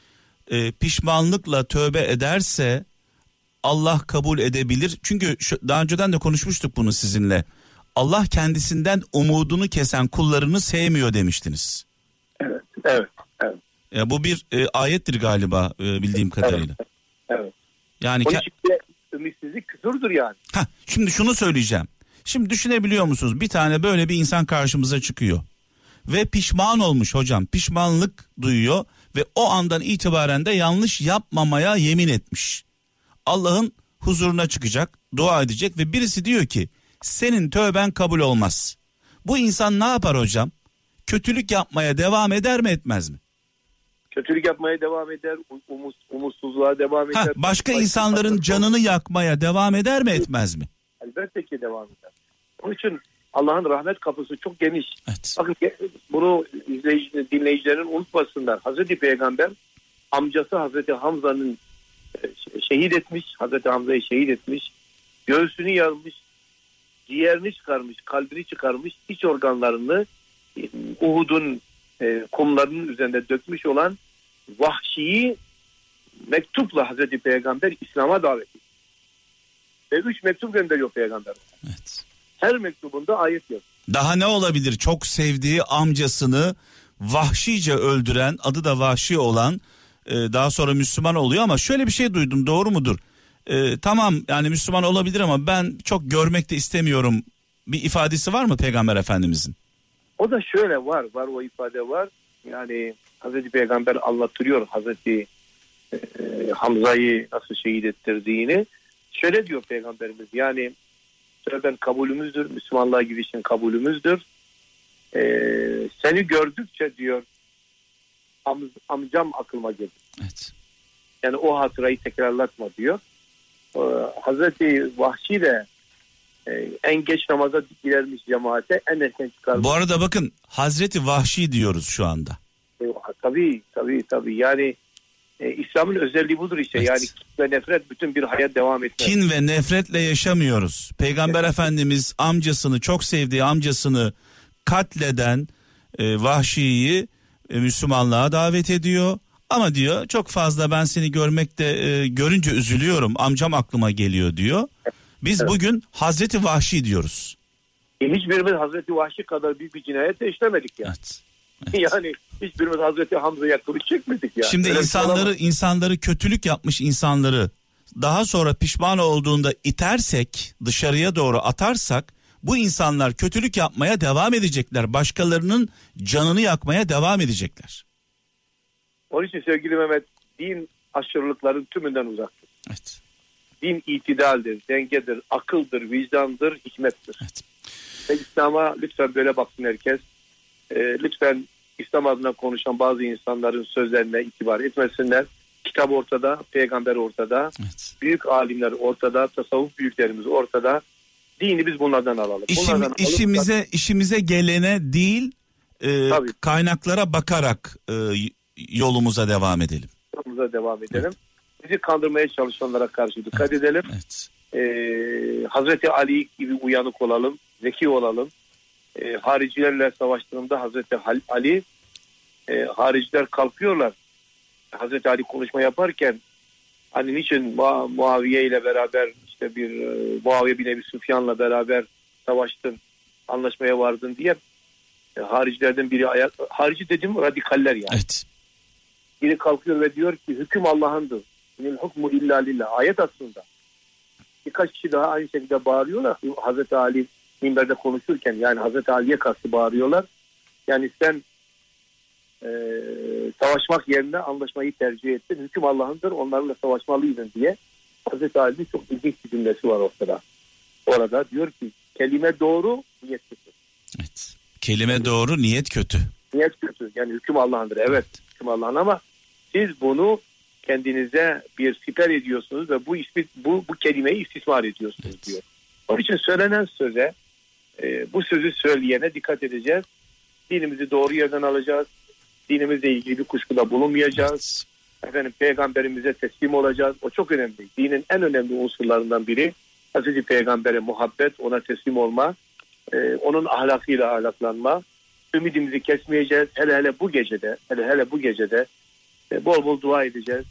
pişmanlıkla tövbe ederse Allah kabul edebilir. Çünkü daha önceden de konuşmuştuk bunu sizinle. Allah kendisinden umudunu kesen kullarını sevmiyor demiştiniz. Evet. Bu bir ayettir galiba bildiğim kadarıyla. Evet. Yani onun için ümitsizlik küfürdür yani. Şimdi şunu söyleyeceğim. Şimdi düşünebiliyor musunuz? Bir tane böyle bir insan karşımıza çıkıyor. Ve pişman olmuş hocam. Pişmanlık duyuyor ve o andan itibaren de yanlış yapmamaya yemin etmiş. Allah'ın huzuruna çıkacak, dua edecek ve birisi diyor ki senin tövben kabul olmaz. Bu insan ne yapar hocam? Kötülük yapmaya devam eder mi etmez mi? Kötülük yapmaya devam eder, umutsuzluğa devam eder. Başka insanların canını yakmaya devam eder mi etmez mi? Elbette ki devam eder. Onun için Allah'ın rahmet kapısı çok geniş. Evet. Bakın bunu dinleyicilerin unutmasınlar. Hazreti Peygamber amcası Hazreti Hamza'nın şehit etmiş. Hazreti Hamza'yı şehit etmiş. Göğsünü yarmış. Ciğerini çıkarmış. Kalbini çıkarmış. İç organlarını Uhud'un kumlarının üzerinde dökmüş olan Vahşi'yi mektupla Hazreti Peygamber İslam'a davet ediyor. Ve 3 mektup gönderiyor Peygamber. Evet. Her mektubunda ayet yok. Daha ne olabilir? Çok sevdiği amcasını vahşice öldüren, adı da Vahşi olan, daha sonra Müslüman oluyor ama şöyle bir şey duydum, doğru mudur? Tamam yani Müslüman olabilir ama ben çok görmek de istemiyorum. Bir ifadesi var mı Peygamber Efendimizin? O da şöyle var o ifade var. Yani Hazreti Peygamber anlatıyor Hazreti Hamza'yı nasıl şehit ettirdiğini. Şöyle diyor Peygamberimiz, yani tövben kabulümüzdür, Müslümanlığa girişin kabulümüzdür. Seni gördükçe diyor amcam aklıma geldi. Evet. Yani o hatırayı tekrarlatma diyor. Hazreti Vahşi de en geç namaza girermiş cemaate, en erken çıkarmış. Bu arada bakın Hazreti Vahşi diyoruz şu anda. Tabii. Yani İslam'ın özelliği budur işte. Evet. Yani kin ve nefret bütün bir hayat devam etmez. Kin ve nefretle yaşamıyoruz. Peygamber Efendimiz amcasını, çok sevdiği amcasını katleden Vahşi'yi Müslümanlığa davet ediyor. Ama diyor çok fazla ben seni görmekte görünce üzülüyorum. Amcam aklıma geliyor diyor. Biz bugün Hazreti Vahşi diyoruz. Hiçbirimiz Hazreti Vahşi kadar büyük bir cinayet de işlemedik yani. Evet. Yani hiçbirimiz Hazreti Hamza'ya kılıç çekmedik yani. Şimdi insanları kötülük yapmış insanları daha sonra pişman olduğunda itersek, dışarıya doğru atarsak bu insanlar kötülük yapmaya devam edecekler. Başkalarının canını yakmaya devam edecekler. Onun için sevgili Mehmet, din aşırılıkların tümünden uzaktır. Evet. Din itidaldir, dengedir, akıldır, vicdandır, hikmettir. Evet. Ve İslam'a lütfen böyle baksın herkes. Lütfen İslam adına konuşan bazı insanların sözlerine itibar etmesinler. Kitap ortada, peygamber ortada, evet. Büyük alimler ortada, tasavvuf büyüklerimiz ortada. Dini biz bunlardan alalım. İşimize gelene değil, kaynaklara bakarak yolumuza devam edelim. Evet. Bizi kandırmaya çalışanlara karşı dikkat edelim. Evet. Hazreti Ali gibi uyanık olalım, zeki olalım. haricilerle savaştığında Hazreti Ali hariciler kalkıyorlar. Hazreti Ali konuşma yaparken hani niçin Muaviye ile beraber işte Muaviye bin Ebi Süfyan'la beraber savaştın, anlaşmaya vardın diye haricilerden biri harici dedim radikaller yani. Evet. Biri kalkıyor ve diyor ki hüküm Allah'ındır. İnil hukmu illa lillah. Ayet aslında. Birkaç kişi daha aynı şekilde bağırıyorlar. Hazreti Ali minberde konuşurken yani Hazreti Ali'ye karşı bağırıyorlar. Yani sen savaşmak yerine anlaşmayı tercih ettin. Hüküm Allah'ındır. Onlarla savaşmalıydın diye. Hazreti Ali'nin çok ilginç bir cümlesi var ortada. Orada diyor ki kelime doğru, niyet kötü. Evet. Kelime doğru, niyet kötü. Niyet kötü. Yani hüküm Allah'ındır. Evet. Hüküm Allah'ın ama siz bunu kendinize bir siper ediyorsunuz ve bu kelimeyi istismar ediyorsunuz diyor. Onun için söylenen söze bu sözü söyleyene dikkat edeceğiz. Dinimizi doğru yerden alacağız. Dinimizle ilgili bir kuşkuda bulunmayacağız. Efendim peygamberimize teslim olacağız. O çok önemli. Dinin en önemli unsurlarından biri Hazreti Peygamber'e muhabbet, ona teslim olma, onun ahlakıyla ahlaklanma. Ümidimizi kesmeyeceğiz. Hele bu gecede bol bol dua edeceğiz.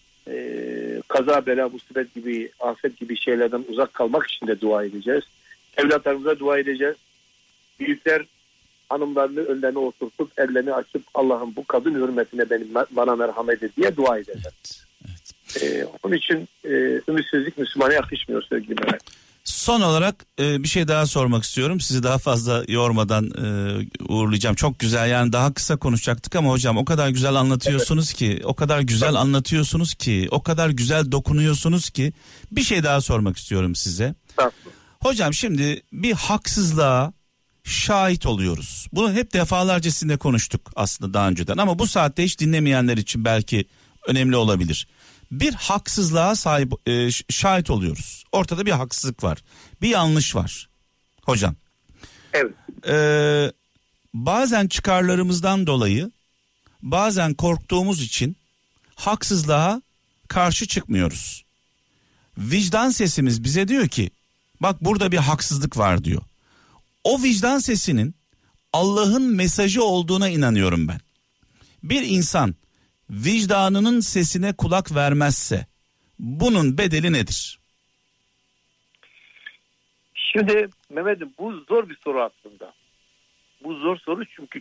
Kaza, bela, musibet gibi, afet gibi şeylerden uzak kalmak için de dua edeceğiz. Evlatlarımıza dua edeceğiz. Büyükler hanımlarını önlerine oturtup ellerini açıp Allah'ım bu kadın hürmetine bana merhamet et diye dua edeceğiz. Evet. Onun için ümitsizlik Müslümana yakışmıyor sevgili Mehmet. Son olarak bir şey daha sormak istiyorum. Sizi daha fazla yormadan uğurlayacağım. Çok güzel, yani daha kısa konuşacaktık ama hocam o kadar güzel anlatıyorsunuz ki, o kadar güzel anlatıyorsunuz ki, o kadar güzel dokunuyorsunuz ki bir şey daha sormak istiyorum size. Hocam şimdi bir haksızlığa şahit oluyoruz. Bunu hep defalarca sizinle konuştuk aslında daha önceden ama bu saatte hiç dinlemeyenler için belki önemli olabilir. Bir haksızlığa şahit oluyoruz. Ortada bir haksızlık var. Bir yanlış var. Hocam. Evet. Bazen çıkarlarımızdan dolayı, bazen korktuğumuz için haksızlığa karşı çıkmıyoruz. Vicdan sesimiz bize diyor ki, bak burada bir haksızlık var diyor. O vicdan sesinin Allah'ın mesajı olduğuna inanıyorum ben. Bir insan vicdanının sesine kulak vermezse bunun bedeli nedir? Şimdi Mehmet'im bu zor bir soru aslında. Bu zor soru çünkü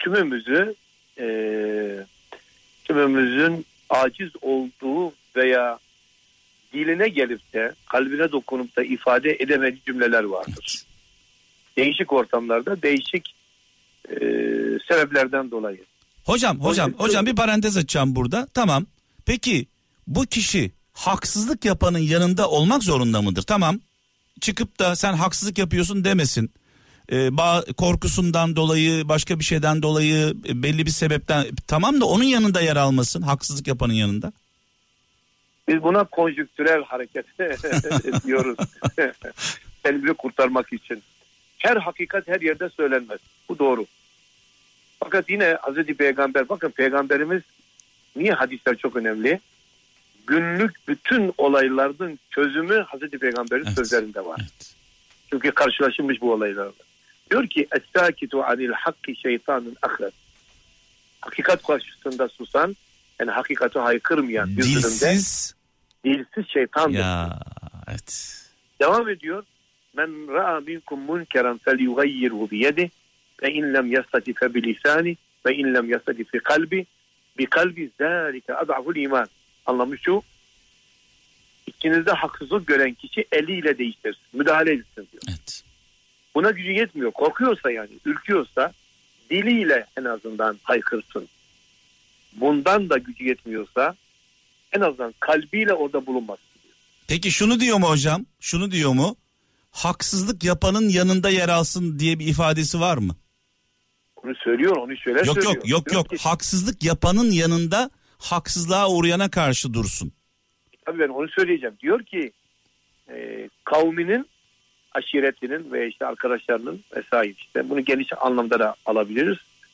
tümümüzün aciz olduğu veya diline gelip de kalbine dokunup da ifade edemediği cümleler vardır. Evet. Değişik ortamlarda değişik sebeplerden dolayı. Hocam bir parantez açacağım burada. Tamam. Peki bu kişi haksızlık yapanın yanında olmak zorunda mıdır? Tamam. Çıkıp da sen haksızlık yapıyorsun demesin. Korkusundan dolayı, başka bir şeyden dolayı, belli bir sebepten, tamam da onun yanında yer almasın, haksızlık yapanın yanında. Biz buna konjüktürel hareket diyoruz. Kendimizi kurtarmak için. Her hakikat her yerde söylenmez. Bu doğru. Fakat yine Hazreti Peygamber, bakın Peygamberimiz, niye hadisler çok önemli? Günlük bütün olayların çözümü Hazreti Peygamber'in sözlerinde var. Evet. Çünkü karşılaşılmış bu olaylarla. Diyor ki es-sakitu anil hakki şeytanun akhret. Hakikat karşısında susan, yani hakikati haykırmayan bir dilsiz şeytandır. Ya, evet. Devam ediyor. Men ra'a minkum munkeran felyughayyirhu biyedihi ve in lem yastati fe bilisani ve in lem yastati fi kalbi bi kalbi zalika ad'aful iman. Anlamı şu: İçinizde haksızlık gören kişi eliyle değiştirsin, müdahale etsin diyor. Evet. Buna gücü yetmiyor. Korkuyorsa, yani ürküyorsa diliyle en azından haykırsın. Bundan da gücü yetmiyorsa en azından kalbiyle orada bulunmasın diyor. Peki şunu diyor mu hocam? Şunu diyor mu? Haksızlık yapanın yanında yer alsın diye bir ifadesi var mı? Onu söylüyor, onu şöyle söylüyor. Yok. Haksızlık yapanın yanında haksızlığa uğrayana karşı dursun. Tabii ben onu söyleyeceğim. Diyor ki kavminin, aşiretinin ve işte arkadaşlarının vesaire, işte bunu geniş anlamda da alabiliriz.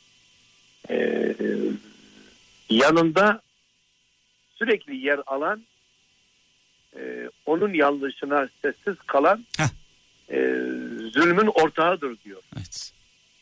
Yanında sürekli yer alan, onun yanlışına sessiz kalan zulmün ortağıdır diyor. Evet.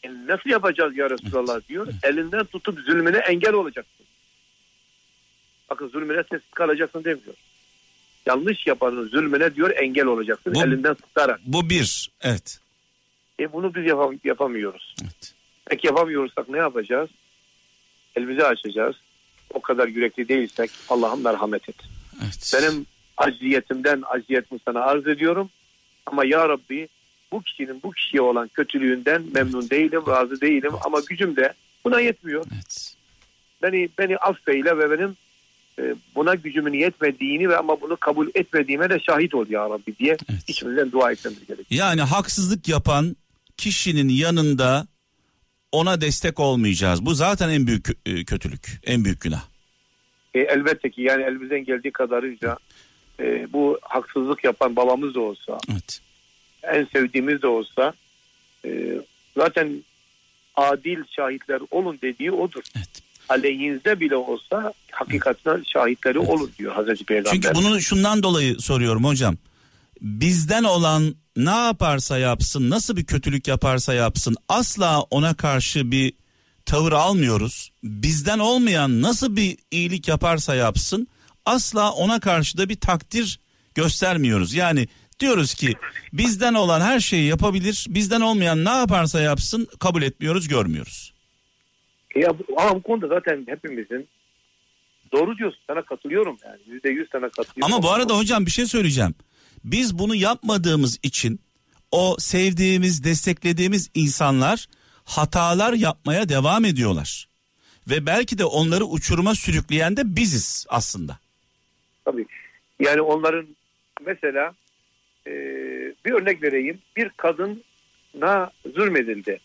Nasıl yapacağız ya Resulallah diyor. Elinden tutup zulmüne engel olacaksın. Bakın zulmüne sessiz kalacaksın demiyor. Yanlış yapanın zulmüne diyor engel olacaksın elinden tutarak. Bu bir. Evet. Bunu biz yapamıyoruz. Evet. Peki yapamıyorsak ne yapacağız? Elimizi açacağız. O kadar yürekli değilsek Allah'ım merhamet et. Evet. Benim aciziyetimi sana arz ediyorum. Ama ya Rabbi bu kişinin bu kişiye olan kötülüğünden memnun değilim, razı değilim ama gücüm de buna yetmiyor. Evet. Beni affeyle ve benim buna gücümün yetmediğini ve ama bunu kabul etmediğime de şahit ol ya Rabbi diye içimizden dua etmemiz gerekiyor. Yani haksızlık yapan kişinin yanında ona destek olmayacağız. Bu zaten en büyük kötülük, en büyük günah. Elbette ki yani elimizden geldiği kadarıyla bu haksızlık yapan babamız da olsa, evet, en sevdiğimiz de olsa zaten adil şahitler olun dediği odur. Evet. Aleyhinizde bile olsa hakikatine şahitleri olun diyor Hazreti Peygamber. Çünkü bunu şundan dolayı soruyorum hocam. Bizden olan ne yaparsa yapsın, nasıl bir kötülük yaparsa yapsın asla ona karşı bir tavır almıyoruz. Bizden olmayan nasıl bir iyilik yaparsa yapsın asla ona karşı da bir takdir göstermiyoruz. Yani diyoruz ki bizden olan her şeyi yapabilir, bizden olmayan ne yaparsa yapsın kabul etmiyoruz, görmüyoruz. Ama bu konuda zaten hepimizin doğru diyorsun, sana katılıyorum yani %100 sana katılıyorum. Ama bu arada hocam bir şey söyleyeceğim. Biz bunu yapmadığımız için o sevdiğimiz, desteklediğimiz insanlar hatalar yapmaya devam ediyorlar. Ve belki de onları uçuruma sürükleyen de biziz aslında. Tabii. Yani onların mesela bir örnek vereyim. Bir kadına zulmedildi.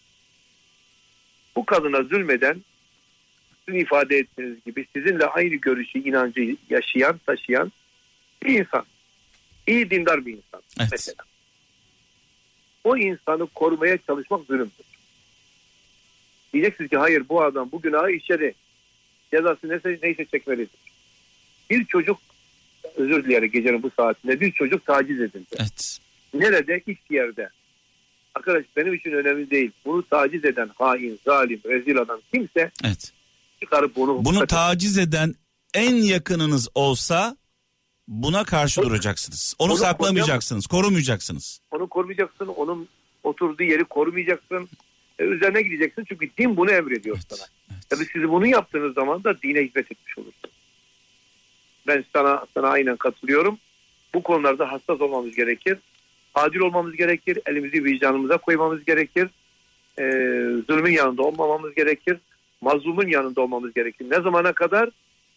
Bu kadına zulmeden sizin ifade ettiğiniz gibi sizinle aynı görüşü, inancı yaşayan, taşıyan bir insan. İyi dindar bir insan mesela. O insanı korumaya çalışmak zulümdür. Diyeceksiniz ki hayır bu adam bu günahı işledi. Cezası neyse çekmelidir. Bir çocuk, özür dilerim gecenin bu saatinde bir çocuk taciz edildi. Evet. Nerede? İlk yerde. Arkadaş benim için önemli değil. Bunu taciz eden hain, zalim, rezil adam kimse çıkarıp bunu taciz eden en yakınınız olsa buna karşı duracaksınız. Onu saklamayacaksınız, korumayacaksınız. Onu korumayacaksın, onun oturduğu yeri korumayacaksın. Üzerine gideceksin çünkü din bunu emrediyor sana. Evet. Tabii siz bunu yaptığınız zaman da dine hizmet etmiş olursun. Ben sana aynen katılıyorum. Bu konularda hassas olmamız gerekir. Adil olmamız gerekir. Elimizi vicdanımıza koymamız gerekir. Zulmün yanında olmamamız gerekir. Mazlumun yanında olmamız gerekir. Ne zamana kadar?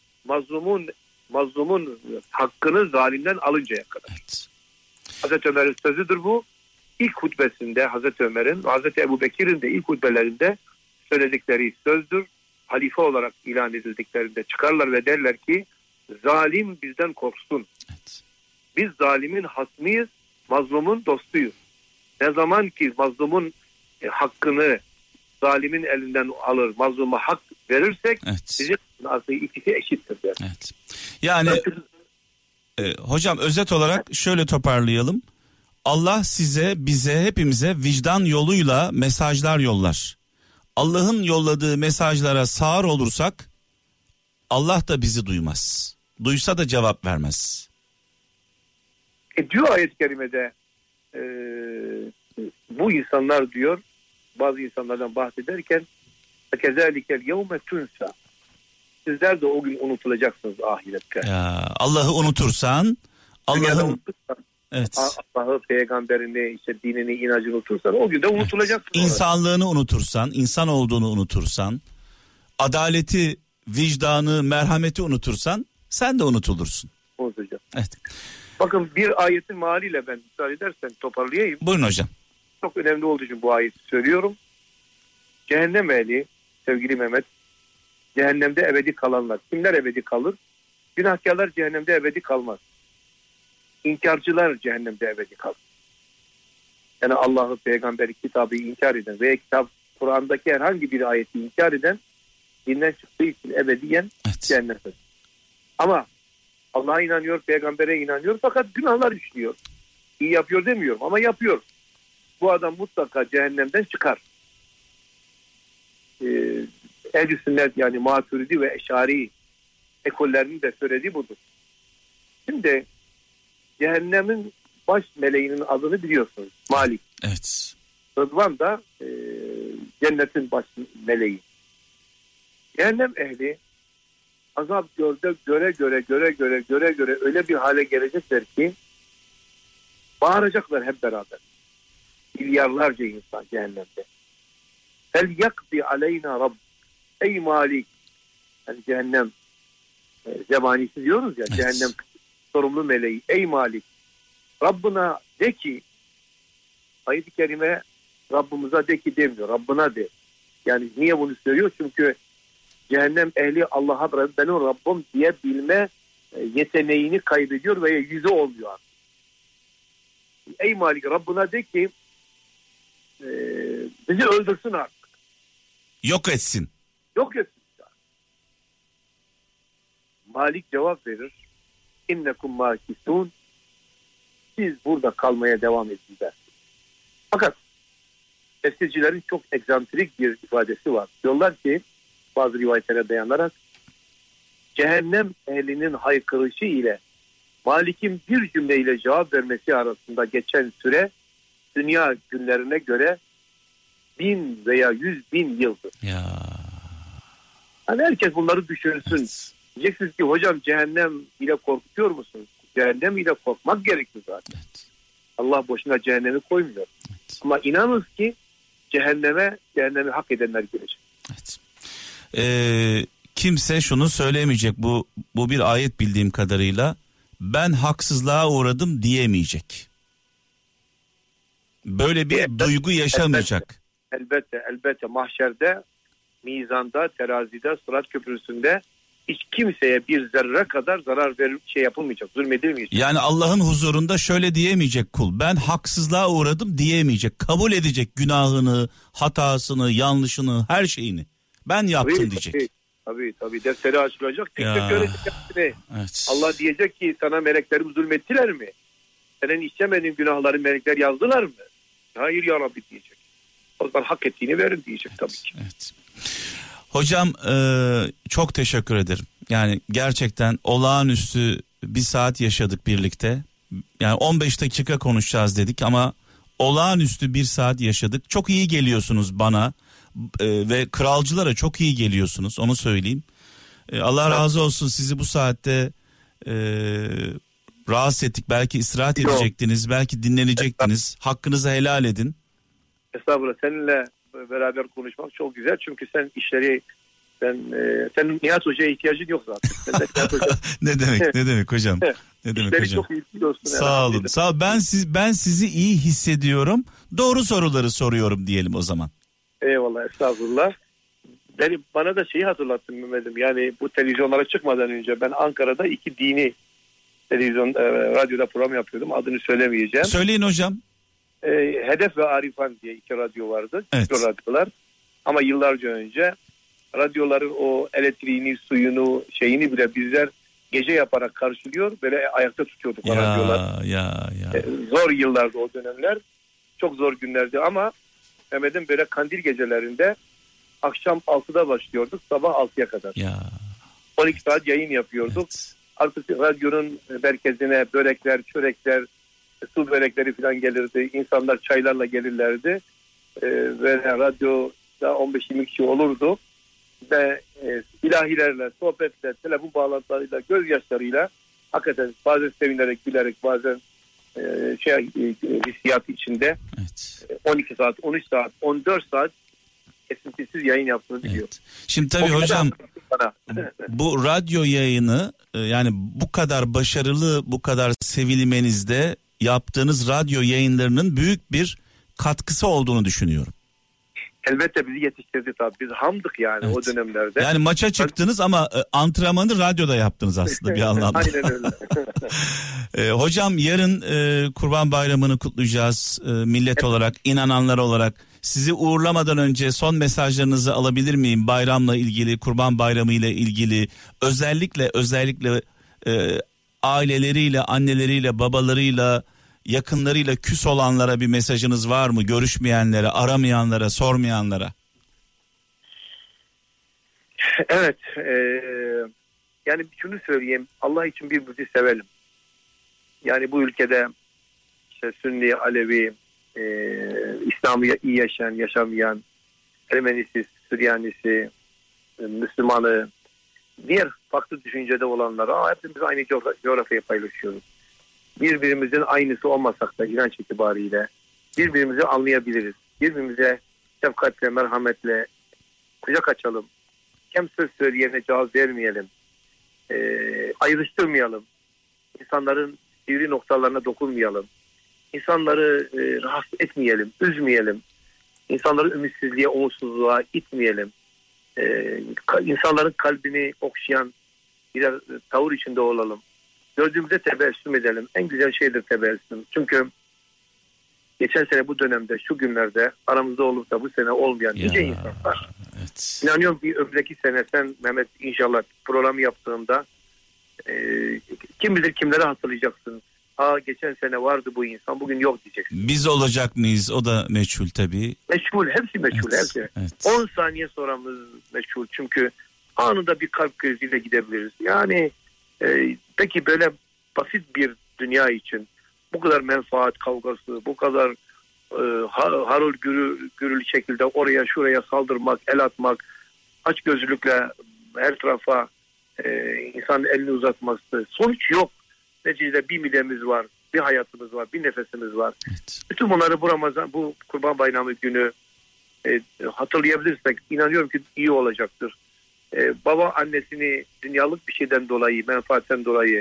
Mazlumun hakkını zalimden alıncaya kadar. Evet. Hazreti Ömer'in sözüdür bu. İlk hutbesinde Hazreti Ömer'in, Hazreti Ebubekir'in de ilk hutbelerinde söyledikleri sözdür. Halife olarak ilan edildiklerinde çıkarlar ve derler ki zalim bizden korksun. Evet. Biz zalimin hasmıyız, mazlumun dostuyuz. Ne zaman ki mazlumun hakkını zalimin elinden alır, mazluma hak verirsek bizim aslında ikisi eşittir der. Evet. Yani hocam özet olarak şöyle toparlayalım. Allah size, bize, hepimize vicdan yoluyla mesajlar yollar. Allah'ın yolladığı mesajlara sağır olursak Allah da bizi duymaz. Duysa da cevap vermez. Diyor ayet-i kerimede bu insanlar diyor, bazı insanlardan bahsederken kezalikel yevme tunsa, sizler de o gün unutulacaksınız ahirette. Ya, Allah'ı unutursan, Allah'ın Allah'ı, peygamberini, işte dinini, inancını unutursan o gün de unutulacaksın. İnsanlığını unutursan, insan olduğunu unutursan, adaleti, vicdanı, merhameti unutursan sen de unutulursun. Unutacağım. Evet. Bakın bir ayetin mealiyle ben müsaade edersen toparlayayım. Buyurun hocam. Çok önemli olduğu için bu ayeti söylüyorum. Cehennem ehli, sevgili Mehmet, cehennemde ebedi kalanlar. Kimler ebedi kalır? Günahkarlar cehennemde ebedi kalmaz. İnkarcılar cehennemde ebedi kalır. Yani Allah'ı, peygamberi, kitabı inkar eden veya Kur'an'daki herhangi bir ayeti inkar eden dinden çıktığı için ebediyen cehennemde. Ama Allah'a inanıyor, peygambere inanıyor fakat günahlar işliyor. İyi yapıyor demiyorum ama yapıyor. Bu adam mutlaka cehennemden çıkar. Ehl-i Sünnet yani Maturidi ve Eşari ekollerinin de söylediği budur. Şimdi cehennemin baş meleğinin adını biliyorsunuz. Malik. Evet. Rıdvan da cennetin baş meleği. Cehennem ehli azap göre öyle bir hale gelecekler ki bağıracaklar hep beraber. Milyarlarca insan cehennemde. Fel yakdi aleyna Rabb. Ey Malik. Yani cehennem zebanisi diyoruz ya. Evet. Cehennem sorumlu meleği. Ey Malik. Rabbına de ki, ayet-i kerime Rabbimize de ki demiyor. Rabbına de. Yani niye bunu söylüyor? Çünkü cehennem ehli Allah'a benim Rabbim diyebilme yeteneğini kaybediyor ve yüzü olmuyor artık. Ey Malik, Rabbına de ki bizi öldürsün artık. Yok etsin. Yok etsin. Malik cevap verir. İnnekum makisun. Siz burada kalmaya devam edin. Fakat tefsircilerin çok egzantrik bir ifadesi var. Diyorlar ki bazı rivayetlere dayanarak cehennem ehlinin haykırışı ile Malik'in bir cümleyle cevap vermesi arasında geçen süre dünya günlerine göre 1000 veya 100.000 yıldır. Ya. Hani herkes bunları düşünsün. Evet. Diyeceksiniz ki hocam cehennem ile korkutuyor musunuz? Cehennem ile korkmak gerekir zaten. Evet. Allah boşuna cehennemi koymuyor. Evet. Ama inanınız ki cehennemi hak edenler gelecek. Evet. Kimse şunu söylemeyecek. Bu bir ayet bildiğim kadarıyla. Ben haksızlığa uğradım diyemeyecek. Böyle bir duygu yaşamayacak. Elbette mahşerde, mizanda, terazide, Sırat Köprüsü'nde hiç kimseye bir zerre kadar zarar verilip yapılmayacak, zulmedilmeyecek. Yani Allah'ın huzurunda şöyle diyemeyecek kul. Ben haksızlığa uğradım diyemeyecek. Kabul edecek günahını, hatasını, yanlışını, her şeyini. Ben yaptım diyecek. Tabii. Defteri açılacak. Tek görecek hepsini. Evet. Allah diyecek ki sana meleklerim zulmettiler mi? Senin işlemediğin günahları melekler yazdılar mı? Hayır ya Rabbi diyecek. O zaman hak ettiğini verin diyecek tabii ki. Evet. Hocam çok teşekkür ederim. Yani gerçekten olağanüstü bir saat yaşadık birlikte. Yani 15 dakika konuşacağız dedik ama olağanüstü bir saat yaşadık. Çok iyi geliyorsunuz bana ve kralcılara çok iyi geliyorsunuz, onu söyleyeyim. Allah razı olsun, sizi bu saatte rahatsız ettik. Belki istirahat edecektiniz, belki dinlenecektiniz. Hakkınızı helal edin. Estağfurullah, seninle beraber konuşmak çok güzel. Çünkü sen işleri senin Nihat Hoca'ya ihtiyacın yok zaten. Ne demek hocam? Ne demek İşleri hocam? çok iyi biliyorsun. Sağ olun. Sağ ol. Ben sizi iyi hissediyorum. Doğru soruları soruyorum diyelim o zaman. Eyvallah, estağfurullah. Bana da şeyi hatırlattın Mehmet'im. Yani bu televizyonlara çıkmadan önce ben Ankara'da 2 dini televizyon radyoda program yapıyordum. Adını söylemeyeceğim. Söyleyin hocam. Hedef ve Arifan diye 2 radyo vardı. Evet. Radyolar. Ama yıllarca önce radyoların o elektriğini, suyunu, şeyini bile bizler gece yaparak karşılıyor. Böyle ayakta tutuyorduk o radyolar. Ya. Zor yıllardı o dönemler. Çok zor günlerdi ama Mehmet'in böyle kandil gecelerinde akşam 6'da başlıyorduk, sabah 6'ya kadar. Ya. 12 saat yayın yapıyorduk. Evet. Artık radyonun merkezine börekler, çörekler, su börekleri falan gelirdi. İnsanlar çaylarla gelirlerdi. Ve radyoda 15-20 kişi olurdu. Ve ilahilerle, sohbetle, telefon bağlantılarıyla, gözyaşlarıyla hakikaten bazen sevinerek, gülerek, bazen hissiyatı içinde 12 saat, 13 saat, 14 saat kesintisiz yayın yaptığını biliyor. Evet. Şimdi tabii hocam bu radyo yayını yani bu kadar başarılı, bu kadar sevilmenizde yaptığınız radyo yayınlarının büyük bir katkısı olduğunu düşünüyorum. Elbette bizi yetiştirdi tabii. Biz hamdık yani o dönemlerde. Yani maça çıktınız ama antrenmanı radyoda yaptınız aslında bir anlamda. Aynen öyle. Hocam yarın Kurban Bayramı'nı kutlayacağız millet olarak, inananlar olarak. Sizi uğurlamadan önce son mesajlarınızı alabilir miyim? Bayramla ilgili, Kurban Bayramı ile ilgili, özellikle aileleriyle, anneleriyle, babalarıyla, yakınlarıyla küs olanlara bir mesajınız var mı? Görüşmeyenlere, aramayanlara, sormayanlara. Evet. Yani şunu söyleyeyim. Allah için birbirimizi sevelim. Yani bu ülkede işte Sünni, Alevi, İslam'ı iyi yaşamayan, Ermenisi, Süryanisi, Müslümanı, diğer farklı düşüncede olanlar, hepimiz aynı coğrafyayı paylaşıyoruz. Birbirimizin aynısı olmasak da inanç itibariyle birbirimizi anlayabiliriz. Birbirimize şefkatle, merhametle kucak açalım. Hem söz söyleyene cevap vermeyelim. Ayrıştırmayalım. İnsanların sivri noktalarına dokunmayalım. İnsanları rahatsız etmeyelim, üzmeyelim. İnsanları ümitsizliğe, umutsuzluğa itmeyelim. İnsanların kalbini okşayan birer tavır içinde olalım. Gördüğümüzde tebessüm edelim. En güzel şeydir tebessüm. Çünkü geçen sene bu dönemde, şu günlerde aramızda olup da bu sene olmayan nice insanlar. Evet. İnanıyorum ki önceki sene sen Mehmet inşallah programı yaptığında kim bilir kimleri hatırlayacaksın. Geçen sene vardı bu insan, bugün yok diyeceksin. Biz olacak mıyız? O da meçhul tabii. Meçhul, hepsi meçhul. Evet, hepsi. Evet. 10 saniye sonramız meçhul. Çünkü anında bir kalp kriziyle gidebiliriz. Yani peki böyle basit bir dünya için bu kadar menfaat kavgası, bu kadar harıl gürül şekilde oraya şuraya saldırmak, el atmak, açgözlülükle her tarafa insanın elini uzatması, sonuç yok. Neticede bir midemiz var, bir hayatımız var, bir nefesimiz var. Evet. Bütün bunları bu Ramazan, bu Kurban Bayramı günü hatırlayabilirsek inanıyorum ki iyi olacaktır. Baba annesini dünyalık bir şeyden dolayı, menfaatten dolayı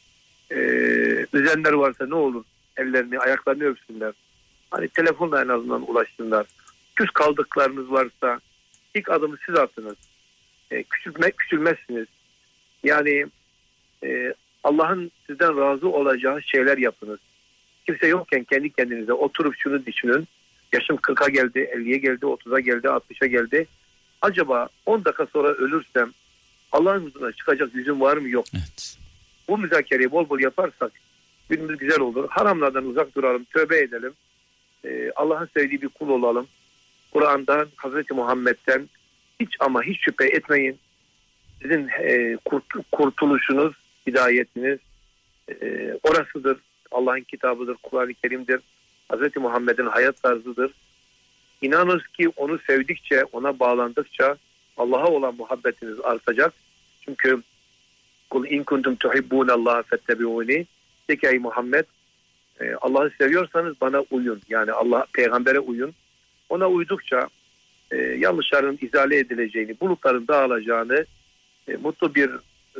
üzenler varsa ne olur ellerini, ayaklarını öpsünler. Hani telefonla en azından ulaşsınlar. Küs kaldıklarınız varsa ilk adımı siz atınız. Küçülmezsiniz. Yani Allah'ın sizden razı olacağı şeyler yapınız. Kimse yokken kendi kendinize oturup şunu düşünün. Yaşım 40'a geldi, 50'ye geldi, 30'a geldi, 60'a geldi. Acaba 10 dakika sonra ölürsem Allah'ın huzuruna çıkacak yüzüm var mı yok? Evet. Bu müzakereyi bol bol yaparsak günümüz güzel olur. Haramlardan uzak duralım, tövbe edelim. Allah'ın sevdiği bir kul olalım. Kur'an'dan, Hazreti Muhammed'den hiç ama hiç şüphe etmeyin. Sizin kurtuluşunuz, hidayetiniz orasıdır. Allah'ın kitabıdır, Kur'an-ı Kerim'dir. Hazreti Muhammed'in hayat tarzıdır. İnanınız ki onu sevdikçe, ona bağlandıkça Allah'a olan muhabbetiniz artacak. Çünkü kul in kuntum tuhibbunallaha fettebi'uni. De ki ey Muhammed, Allah'ı seviyorsanız bana uyun. Yani Allah peygambere uyun. Ona uydukça yanlışların izale edileceğini, bulutların dağılacağını, mutlu bir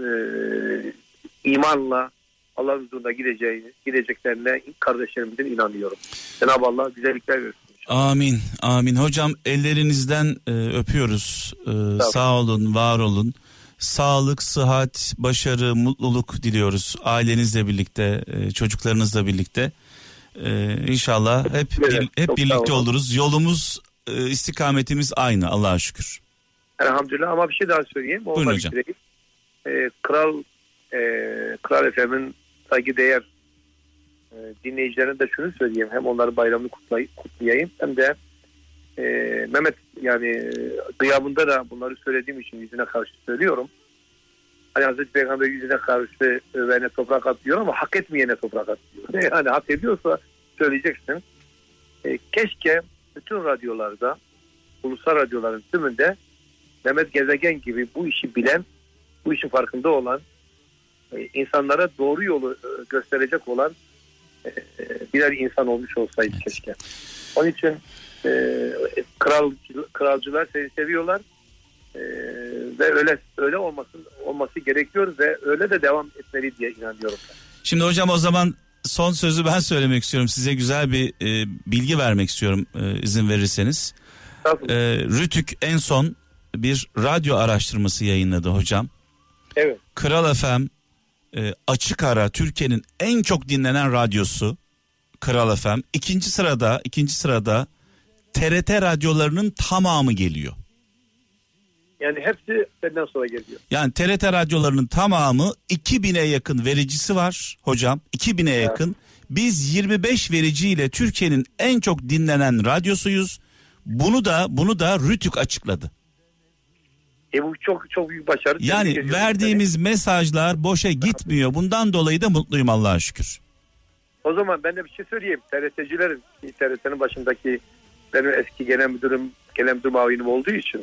imanla Allah'ın huzuruna gideceklerine kardeşlerimizin inanıyorum. Cenab-ı Allah güzellikler versin. Amin, amin. Hocam ellerinizden öpüyoruz. Sağ olun, var olun. Sağlık, sıhhat, başarı, mutluluk diliyoruz. Ailenizle birlikte, çocuklarınızla birlikte. İnşallah hep birlikte oluruz. Yolumuz, istikametimiz aynı Allah'a şükür. Elhamdülillah, ama bir şey daha söyleyeyim. Buyurun hocam. Kral FM'in saygıdeğer dinleyicilerine de şunu söyleyeyim. Hem onların bayramını kutlayayım hem de Mehmet, yani gıyabında da bunları söylediğim için yüzüne karşı söylüyorum. Hani Hazreti Peygamber yüzüne karşı övene toprak atıyor ama hak etmeyene toprak atıyor. Yani hak ediyorsa söyleyeceksin. Keşke bütün radyolarda, ulusal radyoların tümünde Mehmet Gezegen gibi bu işi bilen, bu işin farkında olan, insanlara doğru yolu gösterecek olan birer insan olmuş olsaydı keşke. Onun için kralcılar seni seviyorlar ve öyle olması gerekiyor ve öyle de devam etmeli diye inanıyorum ben. Şimdi hocam, o zaman son sözü ben söylemek istiyorum. Size güzel bir bilgi vermek istiyorum, izin verirseniz. Rütük en son bir radyo araştırması yayınladı hocam. Evet. Kral FM açık ara Türkiye'nin en çok dinlenen radyosu Kral FM. İkinci sırada TRT radyolarının tamamı geliyor. Yani hepsi benden sonra geliyor. Yani TRT radyolarının tamamı 2000'e yakın vericisi var hocam. 2000'e yakın. Biz 25 vericiyle Türkiye'nin en çok dinlenen radyosuyuz. Bunu da Rütük açıkladı. Bu çok çok büyük başarı. Yani verdiğimiz mesajlar boşa gitmiyor. Bundan dolayı da mutluyum Allah'a şükür. O zaman ben de bir şey söyleyeyim. TRT'cilerin, TRT'nin başındaki benim eski genel müdür mavinim olduğu için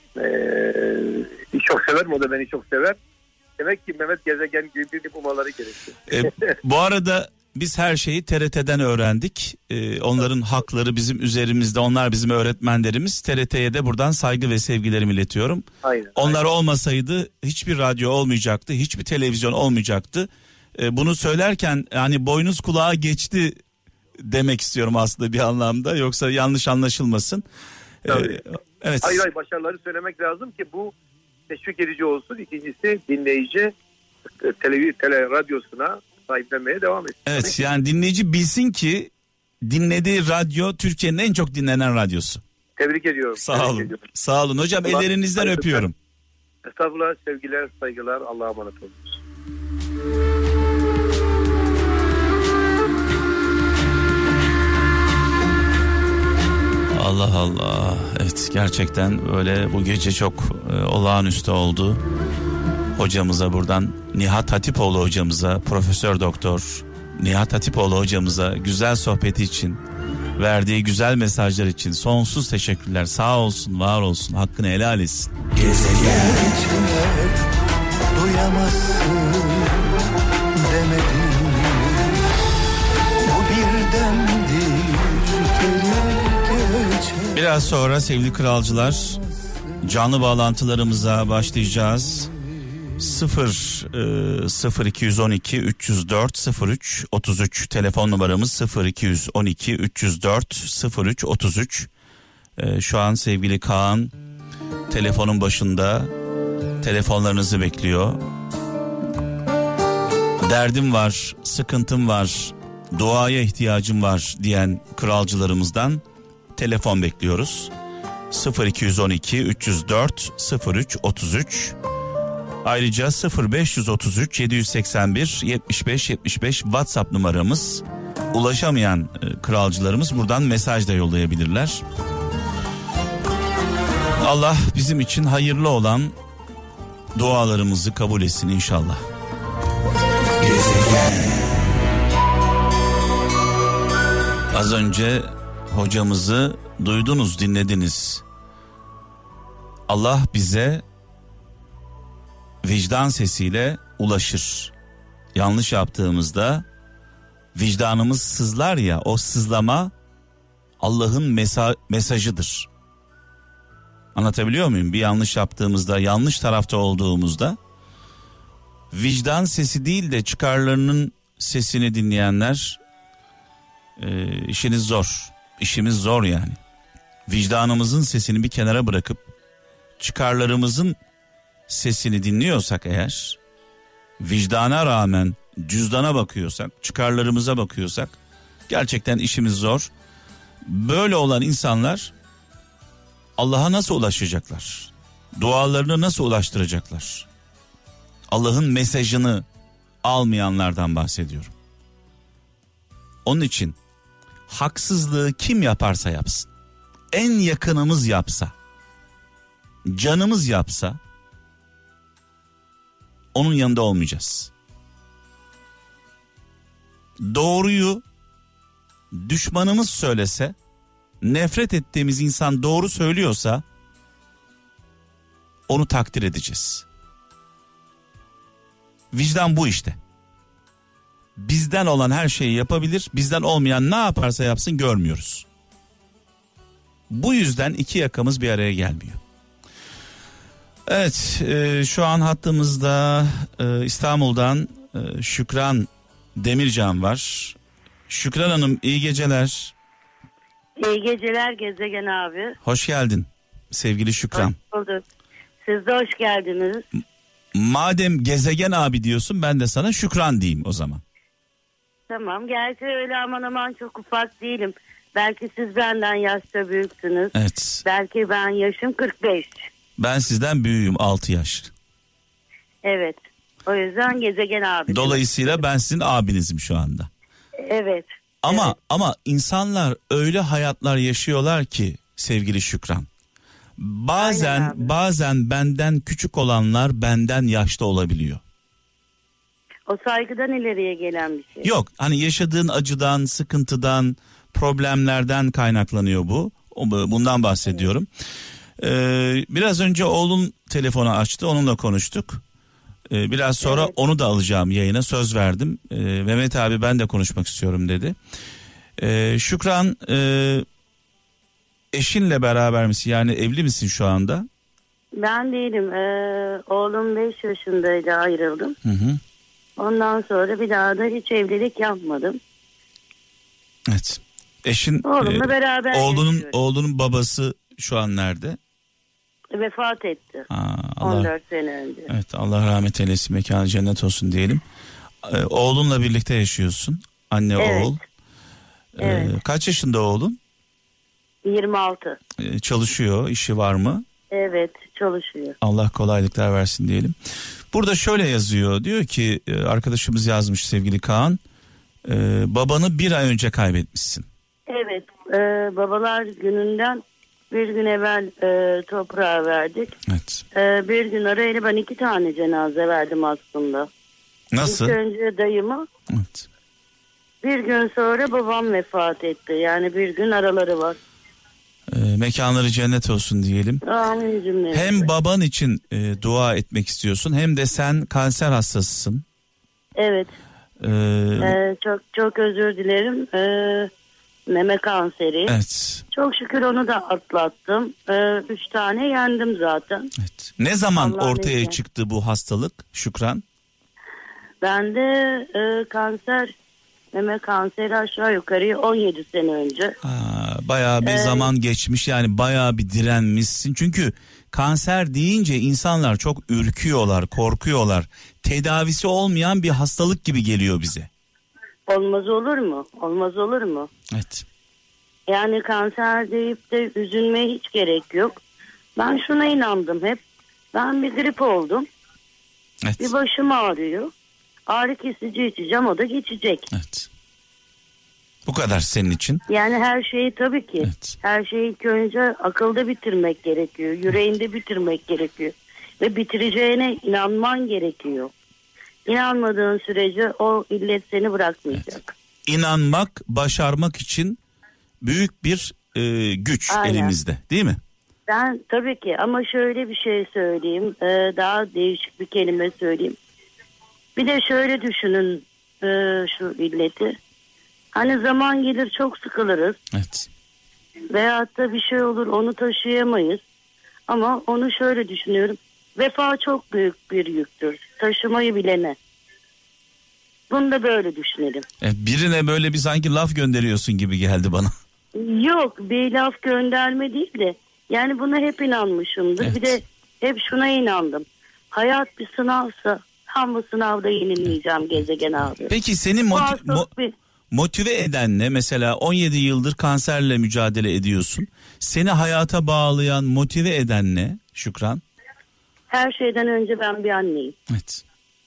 çok severim. O da beni çok sever. Demek ki Mehmet Gezegen gibi birini bulmaları gerekiyor. Bu arada biz her şeyi TRT'den öğrendik. Onların hakları bizim üzerimizde. Onlar bizim öğretmenlerimiz. TRT'ye de buradan saygı ve sevgilerimi iletiyorum. Aynen, onlar aynen. olmasaydı hiçbir radyo olmayacaktı. Hiçbir televizyon olmayacaktı. Bunu söylerken hani boynuz kulağa geçti demek istiyorum aslında bir anlamda. Yoksa yanlış anlaşılmasın. Evet. Hayır, başarıları söylemek lazım ki bu teşvik edici olsun. İkincisi dinleyici tele radyosuna sahiplenmeye devam etsin. Evet, yani dinleyici bilsin ki dinlediği radyo Türkiye'nin en çok dinlenen radyosu. Tebrik ediyorum. Sağ olun. Sağ olun hocam, ellerinizden öpüyorum. Estağfurullah, sevgiler, saygılar. Allah'a emanet olun. Allah Allah. Evet, gerçekten böyle bu gece çok olağanüstü oldu. Hocamıza buradan, Nihat Hatipoğlu hocamıza, Profesör Doktor Nihat Hatipoğlu hocamıza güzel sohbeti için, verdiği güzel mesajlar için sonsuz teşekkürler. Sağ olsun, var olsun, hakkını helal etsin. Gezegen duyamazsın demedim. Bu birdendir Biraz sonra sevgili kralcılar canlı bağlantılarımıza başlayacağız. 0212 304 03 33 telefon numaramız 0212 304 03 33. Şu an sevgili Kaan telefonun başında, telefonlarınızı bekliyor. Derdim var, sıkıntım var, duaya ihtiyacım var diyen kralcılarımızdan telefon bekliyoruz. 0212 304 03 33. Ayrıca 0533 781 75 75 WhatsApp numaramız. Ulaşamayan kralcılarımız buradan mesaj da yollayabilirler. Allah bizim için hayırlı olan dualarımızı kabul etsin inşallah. Az önce hocamızı duydunuz, dinlediniz. Allah bize vicdan sesiyle ulaşır. Yanlış yaptığımızda vicdanımız sızlar ya, o sızlama Allah'ın mesajıdır. Anlatabiliyor muyum? Bir yanlış yaptığımızda, yanlış tarafta olduğumuzda vicdan sesi değil de çıkarlarının sesini dinleyenler, işiniz zor. İşimiz zor yani. Vicdanımızın sesini bir kenara bırakıp çıkarlarımızın sesini dinliyorsak eğer, vicdana rağmen cüzdana bakıyorsak, çıkarlarımıza bakıyorsak gerçekten işimiz zor. Böyle olan insanlar Allah'a nasıl ulaşacaklar? Dualarını nasıl ulaştıracaklar? Allah'ın mesajını almayanlardan bahsediyorum. Onun için haksızlığı kim yaparsa yapsın, en yakınımız yapsa, canımız yapsa, onun yanında olmayacağız. Doğruyu düşmanımız söylese, nefret ettiğimiz insan doğru söylüyorsa onu takdir edeceğiz. Vicdan bu işte. Bizden olan her şeyi yapabilir, bizden olmayan ne yaparsa yapsın görmüyoruz. Bu yüzden iki yakamız bir araya gelmiyor. Evet, şu an hattımızda İstanbul'dan Şükran Demircan var. Şükran Hanım, iyi geceler. İyi geceler Gezegen abi. Hoş geldin sevgili Şükran. Hoş bulduk. Siz de hoş geldiniz. Madem Gezegen abi diyorsun, ben de sana Şükran diyeyim o zaman. Tamam, gerçi öyle aman çok ufak değilim. Belki siz benden yaşta büyüksünüz. Evet. Belki ben yaşım 45. Ben sizden büyüğüm 6 yaş. Evet. O yüzden Gezegen abi. Dolayısıyla ben sizin abinizim şu anda. Evet. Ama insanlar öyle hayatlar yaşıyorlar ki sevgili Şükran. Bazen Aynen abi. bazen benden küçük olanlar benden yaşlı olabiliyor. O saygıdan ileriye gelen bir şey. Yok, hani yaşadığın acıdan, sıkıntıdan, problemlerden kaynaklanıyor bu. Bundan bahsediyorum. Biraz önce oğlum telefonu açtı, onunla konuştuk. Biraz sonra Evet. onu da alacağım yayına, söz verdim. Mehmet abi ben de konuşmak istiyorum dedi. Şükran, eşinle beraber misin? Yani evli misin şu anda? Ben değilim. Oğlum 5 yaşındaydı, ayrıldım. Hı hı. Ondan sonra bir daha da hiç evlilik yapmadım. Evet. Eşin, Oğlumla beraber yaşıyoruz. oğlunun babası şu an nerede? Vefat etti. Allah, 14 sene önce. evet, Allah rahmet eylesin, mekanı cennet olsun diyelim. Oğlunla birlikte yaşıyorsun. Anne, Evet. oğul. Evet. Kaç yaşında oğlun? 26. Çalışıyor, işi var mı? Evet, çalışıyor. Allah kolaylıklar versin diyelim. Burada şöyle yazıyor, diyor ki arkadaşımız yazmış, sevgili Kaan. Babanı bir ay önce kaybetmişsin. Evet, babalar gününden bir gün evvel toprağa verdik. Evet. Bir gün arayla ben 2 tane cenaze verdim aslında. Nasıl? İlk önce dayıma, Evet. bir gün sonra babam vefat etti. Yani bir gün araları var. Mekanları cennet olsun diyelim. Amin cümlemize. Hem baban için dua etmek istiyorsun, hem de sen kanser hastasısın. Evet. Çok çok özür dilerim. Meme kanseri. Evet. Çok şükür onu da atlattım. 3 tane yendim zaten. Evet. Ne zaman Allah'ın ortaya izniyle. çıktı bu hastalık Şükran? Bende kanser, meme kanseri aşağı yukarı 17 sene önce. Bayağı bir zaman geçmiş, yani bayağı bir direnmişsin. Çünkü kanser deyince insanlar çok ürküyorlar, korkuyorlar. Tedavisi olmayan bir hastalık gibi geliyor bize. Olmaz olur mu? Olmaz olur mu? Evet. Yani kanser deyip de üzülmeye hiç gerek yok. Ben şuna inandım hep. Ben bir grip oldum. Evet. Bir başım ağrıyor. Ağrı kesici içeceğim, o da geçecek. Evet. Bu kadar senin için. Yani her şeyi tabii ki. Evet. Her şeyi ilk önce akılda bitirmek gerekiyor. Yüreğinde bitirmek gerekiyor. Ve bitireceğine inanman gerekiyor. İnanmadığın sürece o illet seni bırakmayacak. Evet. İnanmak, başarmak için büyük bir güç Aynen. elimizde, değil mi? Ben tabii ki, ama şöyle bir şey söyleyeyim. Daha değişik bir kelime söyleyeyim. Bir de şöyle düşünün şu illeti. Hani zaman gelir çok sıkılırız. Evet. Veyahut da bir şey olur, onu taşıyamayız. Ama onu şöyle düşünüyorum. Vefa çok büyük bir yüktür. Taşımayı bilene. Bunu da böyle düşünelim. Birine böyle bir sanki laf gönderiyorsun gibi geldi bana. Yok, bir laf gönderme değil de. Yani buna hep inanmışımdır. Evet. Bir de hep şuna inandım. Hayat bir sınavsa tam bu sınavda yenilmeyeceğim gezegen abi. Peki seni motive eden ne? Mesela 17 yıldır kanserle mücadele ediyorsun. Seni hayata bağlayan, motive eden ne Şükran? Her şeyden önce ben bir anneyim. Evet.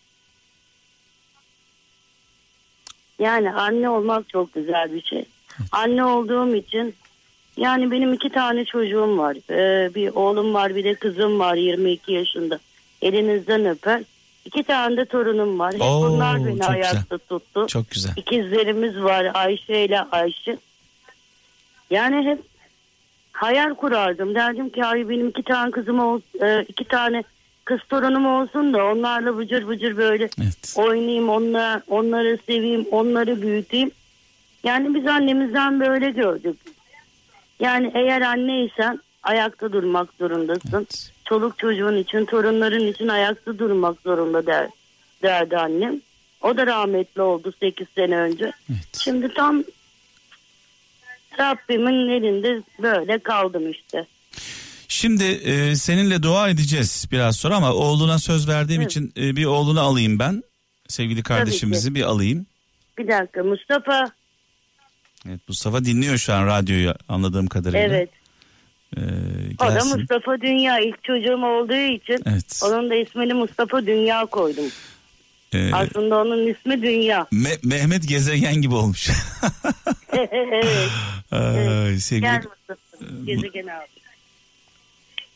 Yani anne olmak çok güzel bir şey. Anne olduğum için, yani benim 2 tane çocuğum var. Bir oğlum var, bir de kızım var 22 yaşında. Elinizden öper. 2 tane de torunum var. Hep bunlar beni çok ayakta güzel. tuttu. Çok güzel. İkizlerimiz var, Ayşe ile Ayşe. Yani hep hayal kurardım. Derdim ki ay benim 2 tane kızım olsun, 2 tane kız torunum olsun da onlarla bıcır bıcır böyle Evet. oynayayım, onları seveyim, onları büyüteyim. Yani biz annemizden böyle gördük. Yani eğer anneysen ayakta durmak zorundasın. Evet. Çoluk çocuğun için, torunların için ayakta durmak zorunda derdi annem. O da rahmetli oldu 8 sene önce. Evet. Şimdi tam Rabbimin elinde böyle kaldım işte. Şimdi seninle dua edeceğiz biraz sonra, ama oğluna söz verdiğim Evet. için bir oğlunu alayım ben. Sevgili kardeşimizi bir alayım. Bir dakika, Mustafa. Evet, Mustafa dinliyor şu an radyoyu anladığım kadarıyla. Evet. O da Gelsin. Mustafa Dünya, ilk çocuğum olduğu için Evet. onun da ismini Mustafa Dünya koydum. Aslında onun ismi Dünya. Mehmet Gezegen gibi olmuş. Evet. Ay, sevgili Gel Mustafa, gezegen abi.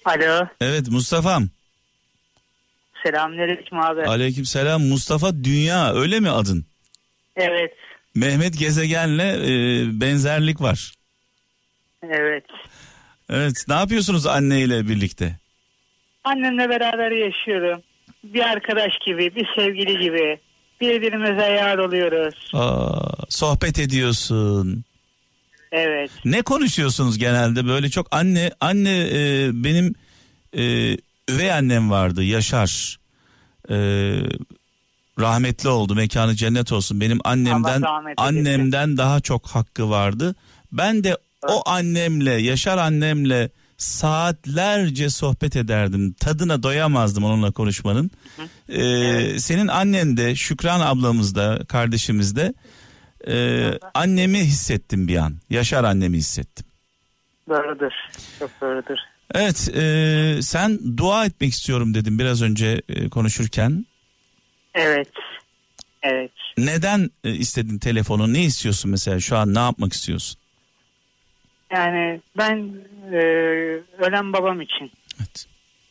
Alo. Evet Mustafa'm. Selamünaleyküm abi. Aleykümselam. Mustafa Dünya, öyle mi adın? Evet. Mehmet Gezegen'le benzerlik var. Evet. Evet, ne yapıyorsunuz anneyle birlikte? Annemle beraber yaşıyorum. Bir arkadaş gibi, bir sevgili gibi. Birbirimize yar oluyoruz. Sohbet ediyorsun. Evet. Ne konuşuyorsunuz genelde? Böyle çok anne benim üvey annem vardı, Yaşar. Rahmetli oldu, mekanı cennet olsun. Benim annemden daha çok hakkı vardı. Ben de o annemle, Yaşar annemle saatlerce sohbet ederdim. Tadına doyamazdım onunla konuşmanın. Evet. Senin annen de, Şükran ablamız da, kardeşimiz de annemi hissettim bir an. Yaşar annemi hissettim. Doğrudur. Çok doğrudur. Evet, sen dua etmek istiyorum dedim biraz önce konuşurken. Evet. Evet. Neden istedin telefonu? Ne istiyorsun mesela? Şu an ne yapmak istiyorsun? Yani ben ölen babam için. Evet.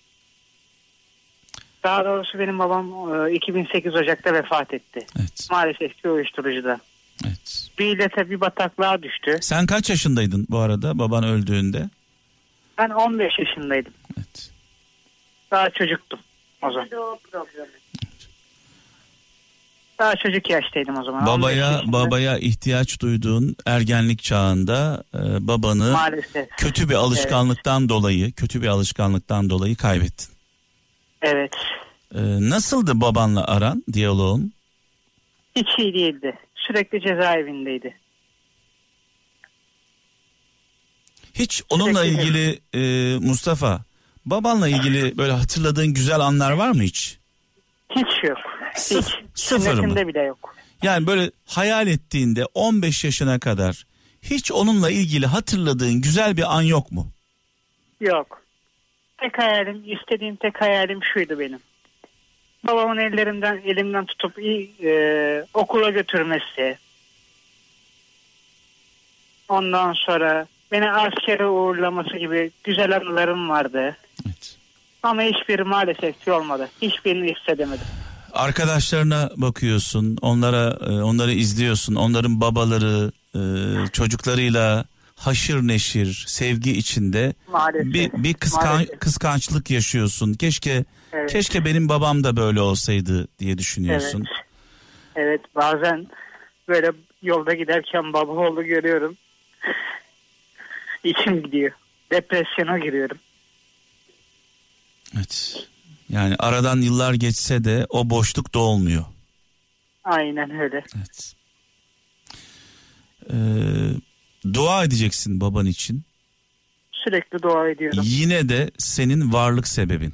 Daha doğrusu benim babam 2008 Ocak'ta vefat etti. Evet. Maalesef ki uyuşturucuda. Evet. Bir illete, bir bataklığa düştü. Sen kaç yaşındaydın bu arada baban öldüğünde? Ben 15 yaşındaydım. Evet. Daha çocuktum o zaman. Daha çocuk yaştaydım o zaman. Babaya ihtiyaç duyduğun ergenlik çağında babanı maalesef kötü bir alışkanlıktan dolayı kaybettin. Evet. Nasıldı babanla aran, diyaloğun? Hiç iyi değildi. Sürekli cezaevindeydi. Hiç onunla ilgili Mustafa, babanla ilgili böyle hatırladığın güzel anlar var mı hiç? Hiç yok. Sıfır mı? Bile yok. Yani böyle hayal ettiğinde 15 yaşına kadar hiç onunla ilgili hatırladığın güzel bir an yok mu? Yok. İstediğim tek hayalim şuydu benim. Babamın elimden tutup okula götürmesi. Ondan sonra beni askere uğurlaması gibi güzel anılarım vardı. Evet. Ama hiçbiri maalesef ki olmadı. Hiçbirini hissedemedim. Arkadaşlarına bakıyorsun, onları izliyorsun, onların babaları çocuklarıyla haşır neşir, sevgi içinde. Maalesef. Bir kıskançlık yaşıyorsun. Keşke benim babam da böyle olsaydı diye düşünüyorsun. Evet, bazen böyle yolda giderken baba oğlu görüyorum. İçim gidiyor. Depresyona giriyorum. Evet. Yani aradan yıllar geçse de o boşluk dolmuyor. Aynen öyle. Evet. Dua edeceksin baban için. Sürekli dua ediyorum. Yine de senin varlık sebebin.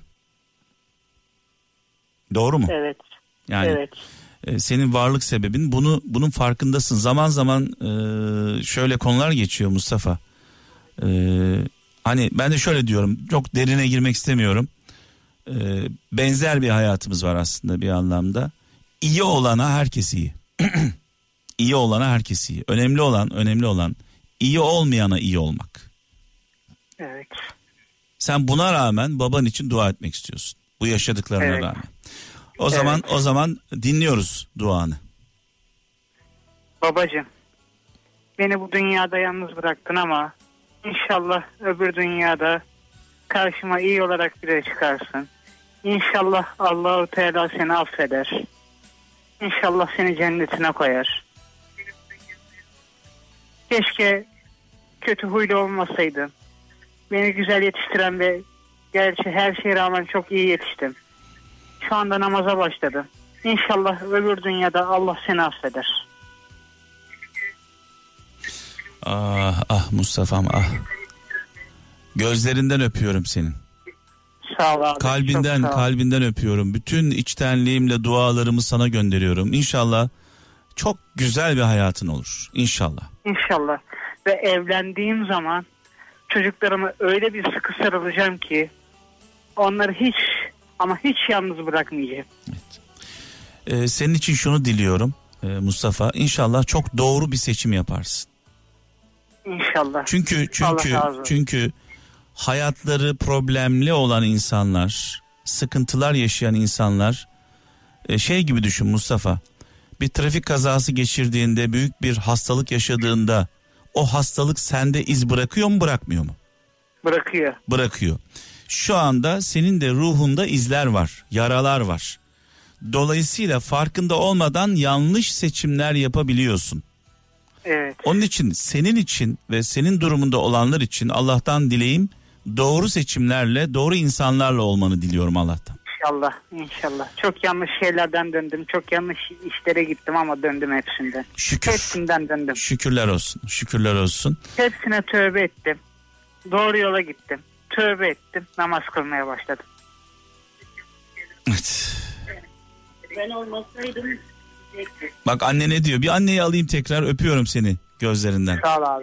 Doğru mu? Evet. Yani evet. Senin varlık sebebin, bunun farkındasın. Zaman zaman şöyle konular geçiyor Mustafa. Hani ben de şöyle diyorum, çok derine girmek istemiyorum. Benzer bir hayatımız var aslında bir anlamda. İyi olana herkes iyi. İyi olana herkes iyi. Önemli olan iyi olmayana iyi olmak. Evet. Sen buna rağmen baban için dua etmek istiyorsun. Bu yaşadıklarına rağmen. O zaman dinliyoruz duanı. Babacığım, beni bu dünyada yalnız bıraktın ama İnşallah öbür dünyada karşıma iyi olarak biri çıkarsın. İnşallah Allah-u Teala seni affeder. İnşallah seni cennetine koyar. Keşke kötü huylu olmasaydın. Beni güzel yetiştiren ve gerçi her şeye rağmen çok iyi yetiştim. Şu anda namaza başladım. İnşallah öbür dünyada Allah seni affeder. Ah Mustafa'm ah. Gözlerinden öpüyorum senin. Sağ ol abi. Kalbinden öpüyorum. Bütün içtenliğimle dualarımı sana gönderiyorum. İnşallah çok güzel bir hayatın olur. İnşallah. İnşallah. Ve evlendiğim zaman çocuklarıma öyle bir sıkı sarılacağım ki onları hiç yalnız bırakmayacağım. Evet. Senin için şunu diliyorum Mustafa. İnşallah çok doğru bir seçim yaparsın. İnşallah. Çünkü hayatları problemli olan insanlar, sıkıntılar yaşayan insanlar, şey gibi düşün Mustafa. Bir trafik kazası geçirdiğinde, büyük bir hastalık yaşadığında o hastalık sende iz bırakıyor mu, bırakmıyor mu? Bırakıyor. Bırakıyor. Şu anda senin de ruhunda izler var, yaralar var. Dolayısıyla farkında olmadan yanlış seçimler yapabiliyorsun. Evet. Onun için senin için ve senin durumunda olanlar için Allah'tan dileğim doğru seçimlerle, doğru insanlarla olmanı diliyorum Allah'tan. İnşallah, inşallah. Çok yanlış şeylerden döndüm. Çok yanlış işlere gittim ama döndüm hepsinden. Şükür. Hepsinden döndüm. Şükürler olsun, şükürler olsun. Hepsine tövbe ettim. Doğru yola gittim. Tövbe ettim. Namaz kılmaya başladım. Evet. Ben olmasaydım. Bak anne ne diyor? Bir anneyi alayım tekrar, öpüyorum seni gözlerinden. Sağ ol abi.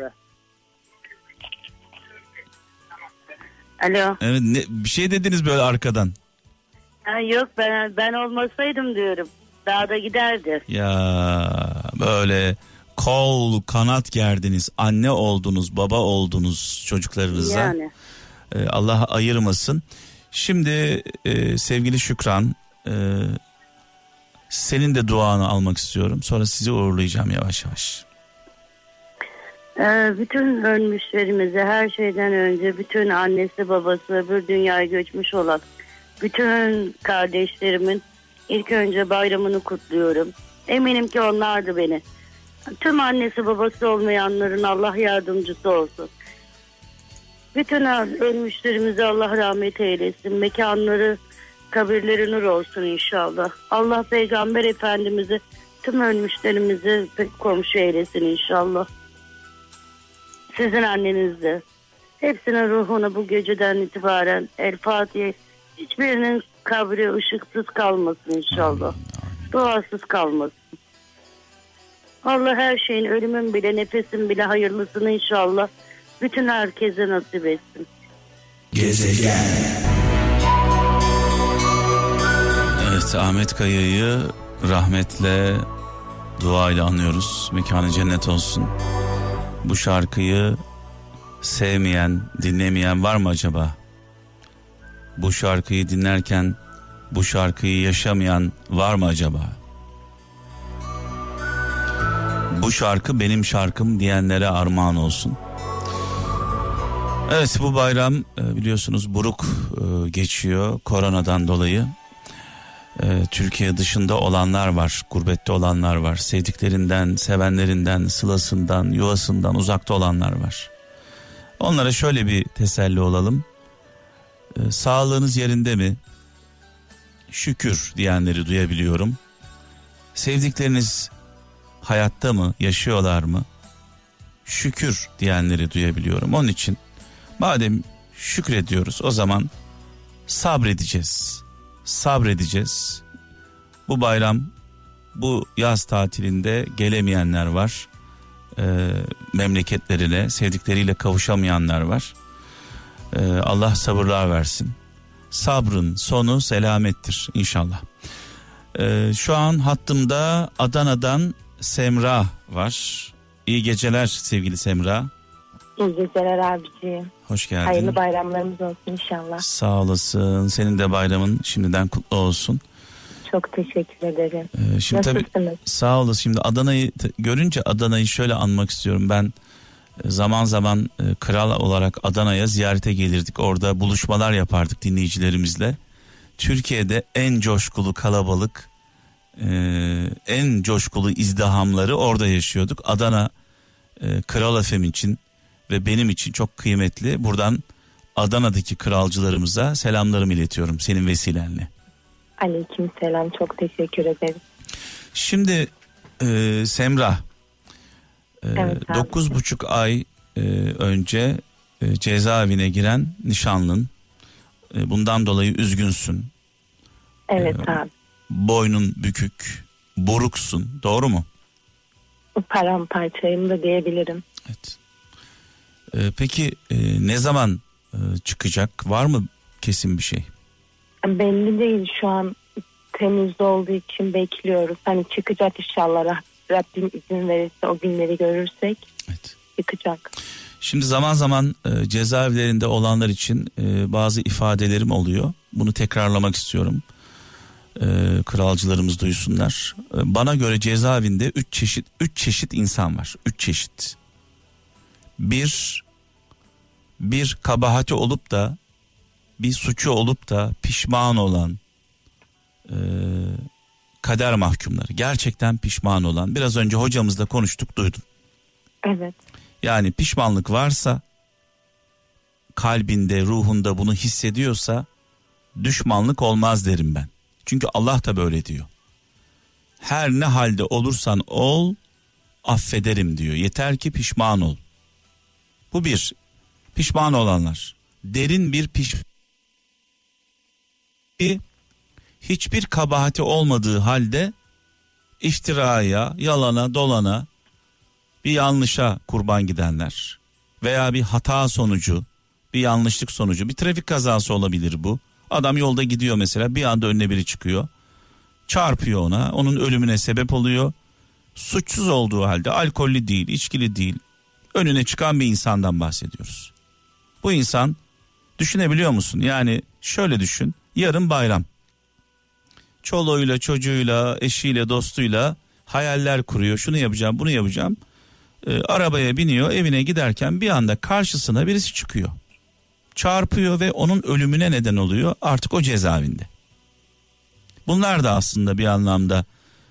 Alo. Evet, bir şey dediniz böyle arkadan. Ha, yok ben olmasaydım diyorum. Daha da giderdi. Ya böyle kol kanat gerdiniz, anne oldunuz, baba oldunuz çocuklarınıza. Yani. Allah ayırmasın. Şimdi sevgili Şükran, senin de duanı almak istiyorum. Sonra sizi uğurlayacağım yavaş yavaş. Bütün ölmüşlerimize her şeyden önce bütün annesi babası öbür dünyaya göçmüş olan bütün kardeşlerimin ilk önce bayramını kutluyorum. Eminim ki onlardı beni. Tüm annesi babası olmayanların Allah yardımcısı olsun. Bütün ölmüşlerimize Allah rahmet eylesin. Mekanları, kabirleri nur olsun inşallah. Allah Peygamber Efendimiz'i tüm ölmüşlerimizi komşu eylesin inşallah. Sizin anneniz de. Hepsinin ruhuna bu geceden itibaren El Fatiha. Hiçbirinin kabri ışıksız kalmasın inşallah. Duasız kalmasın. Allah her şeyin, ölümün bile, nefesin bile hayırlısını inşallah bütün herkese nasip etsin. Gezegen. Evet, Ahmet Kaya'yı rahmetle, duayla anıyoruz. Mekanı cennet olsun. Bu şarkıyı sevmeyen, dinlemeyen var mı acaba? Bu şarkıyı dinlerken bu şarkıyı yaşamayan var mı acaba? Bu şarkı benim şarkım diyenlere armağan olsun. Evet, bu bayram biliyorsunuz buruk geçiyor koronadan dolayı. Türkiye dışında olanlar var, gurbette olanlar var, sevdiklerinden, sevenlerinden, sılasından, yuvasından uzakta olanlar var. Onlara şöyle bir teselli olalım. Sağlığınız yerinde mi? Şükür diyenleri duyabiliyorum. Sevdikleriniz hayatta mı, yaşıyorlar mı? Şükür diyenleri duyabiliyorum. Onun için madem şükrediyoruz, o zaman sabredeceğiz. Sabredeceğiz. Bu bayram, bu yaz tatilinde gelemeyenler var. Memleketlerine, sevdikleriyle kavuşamayanlar var. Allah sabırlar versin. Sabrın sonu selamettir inşallah. Şu an hattımda Adana'dan Semra var. İyi geceler sevgili Semra. İyi geceler abiciğim. Hoş geldin. Hayırlı bayramlarımız olsun inşallah. Sağ olasın. Senin de bayramın şimdiden kutlu olsun. Çok teşekkür ederim. Şimdi nasılsınız? Tabii, sağ olasın. Şimdi Adana'yı görünce Adana'yı şöyle anmak istiyorum. Ben zaman zaman kral olarak Adana'ya ziyarete gelirdik. Orada buluşmalar yapardık dinleyicilerimizle. Türkiye'de en coşkulu kalabalık, en coşkulu izdihamları orada yaşıyorduk. Adana Kral FM için ve benim için çok kıymetli. Buradan Adana'daki kralcılarımıza selamlarımı iletiyorum senin vesilenle. Aleykümselam, çok teşekkür ederim. Şimdi Semra, evet, 9,5 ay önce cezaevine giren nişanlın, bundan dolayı üzgünsün. Evet abi. Boynun bükük, buruksun, doğru mu? Paramparçayım da diyebilirim. Evet. Peki ne zaman çıkacak? Var mı kesin bir şey? Belli değil, şu an temizde olduğu için bekliyoruz. Hani çıkacak inşallah, Rabbim izin verirse o günleri görürsek evet, olacak. Şimdi zaman zaman cezaevlerinde olanlar için bazı ifadelerim oluyor. Bunu tekrarlamak istiyorum. Kralcılarımız duysunlar. Bana göre cezaevinde 3 çeşit insan var. 3 çeşit. Bir kabahati olup da, bir suçu olup da pişman olan kader mahkumları. Gerçekten pişman olan. Biraz önce hocamızla konuştuk, duydun. Evet. Yani pişmanlık varsa, kalbinde, ruhunda bunu hissediyorsa düşmanlık olmaz derim ben. Çünkü Allah da böyle diyor. Her ne halde olursan ol, affederim diyor. Yeter ki pişman ol. Bu bir. Pişman olanlar. Derin bir hiçbir kabahati olmadığı halde iftiraya, yalana, dolana, bir yanlışa kurban gidenler veya bir hata sonucu, bir yanlışlık sonucu, bir trafik kazası olabilir bu. Adam yolda gidiyor mesela, bir anda önüne biri çıkıyor, çarpıyor ona, onun ölümüne sebep oluyor. Suçsuz olduğu halde, alkollü değil, içkili değil, önüne çıkan bir insandan bahsediyoruz. Bu insan, düşünebiliyor musun? Yani şöyle düşün, yarın bayram. Çoluğuyla, çocuğuyla, eşiyle, dostuyla hayaller kuruyor. Şunu yapacağım, bunu yapacağım. Arabaya biniyor, evine giderken bir anda karşısına birisi çıkıyor. Çarpıyor ve onun ölümüne neden oluyor. Artık o cezaevinde. Bunlar da aslında bir anlamda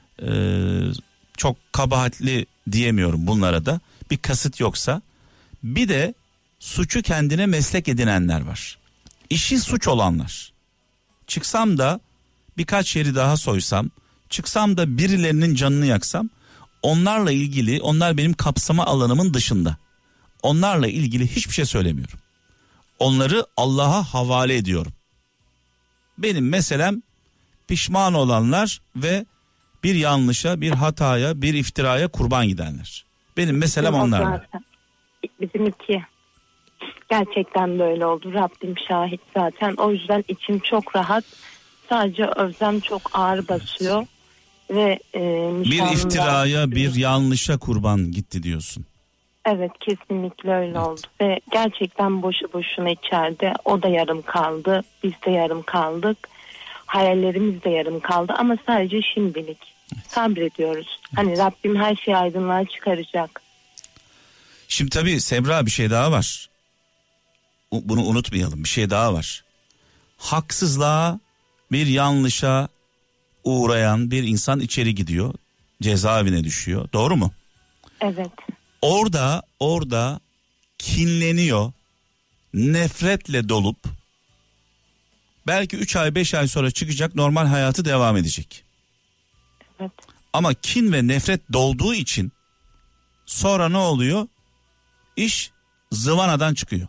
çok kabahatli diyemiyorum bunlara da. Bir kasıt yoksa. Bir de suçu kendine meslek edinenler var. İşi suç olanlar. Çıksam da birkaç yeri daha soysam, çıksam da birilerinin canını yaksam, onlarla ilgili, onlar benim kapsama alanımın dışında. Onlarla ilgili hiçbir şey söylemiyorum. Onları Allah'a havale ediyorum. Benim meselem pişman olanlar ve bir yanlışa, bir hataya, bir iftiraya kurban gidenler. Benim meselem onlarla. Bizim iki. Gerçekten böyle oldu. Rabbim şahit zaten. O yüzden içim çok rahat. Sadece özlem çok ağır basıyor. Ve bir iftiraya, bir yanlışa kurban gitti diyorsun. Evet, kesinlikle öyle oldu. Ve gerçekten boşu boşuna içeride. O da yarım kaldı. Biz de yarım kaldık. Hayallerimiz de yarım kaldı. Ama sadece şimdilik. Sabrediyoruz. Hani Rabbim her şeyi aydınlığa çıkaracak. Şimdi tabii Semra, bir şey daha var. Bunu unutmayalım. Bir şey daha var. Haksızlığa, bir yanlışa uğrayan bir insan içeri gidiyor. Cezaevine düşüyor. Doğru mu? Evet. Orada kinleniyor. Nefretle dolup belki 3 ay 5 ay sonra çıkacak, normal hayatı devam edecek. Evet. Ama kin ve nefret dolduğu için sonra ne oluyor? İş zıvanadan çıkıyor.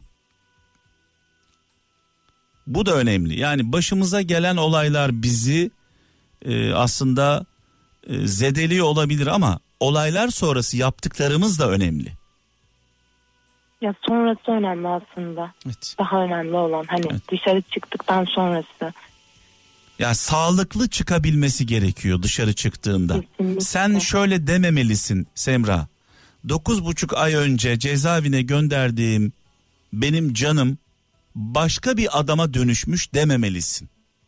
Bu da önemli. Yani başımıza gelen olaylar bizi aslında zedeliyor olabilir ama olaylar sonrası yaptıklarımız da önemli. Ya sonrası önemli aslında. Evet. Daha önemli olan hani dışarı çıktıktan sonrası. Ya sağlıklı çıkabilmesi gerekiyor dışarı çıktığında. Kesinlikle. Sen şöyle dememelisin Semra. 9,5 ay önce cezaevine gönderdiğim benim canım başka bir adama dönüşmüş dememelisin.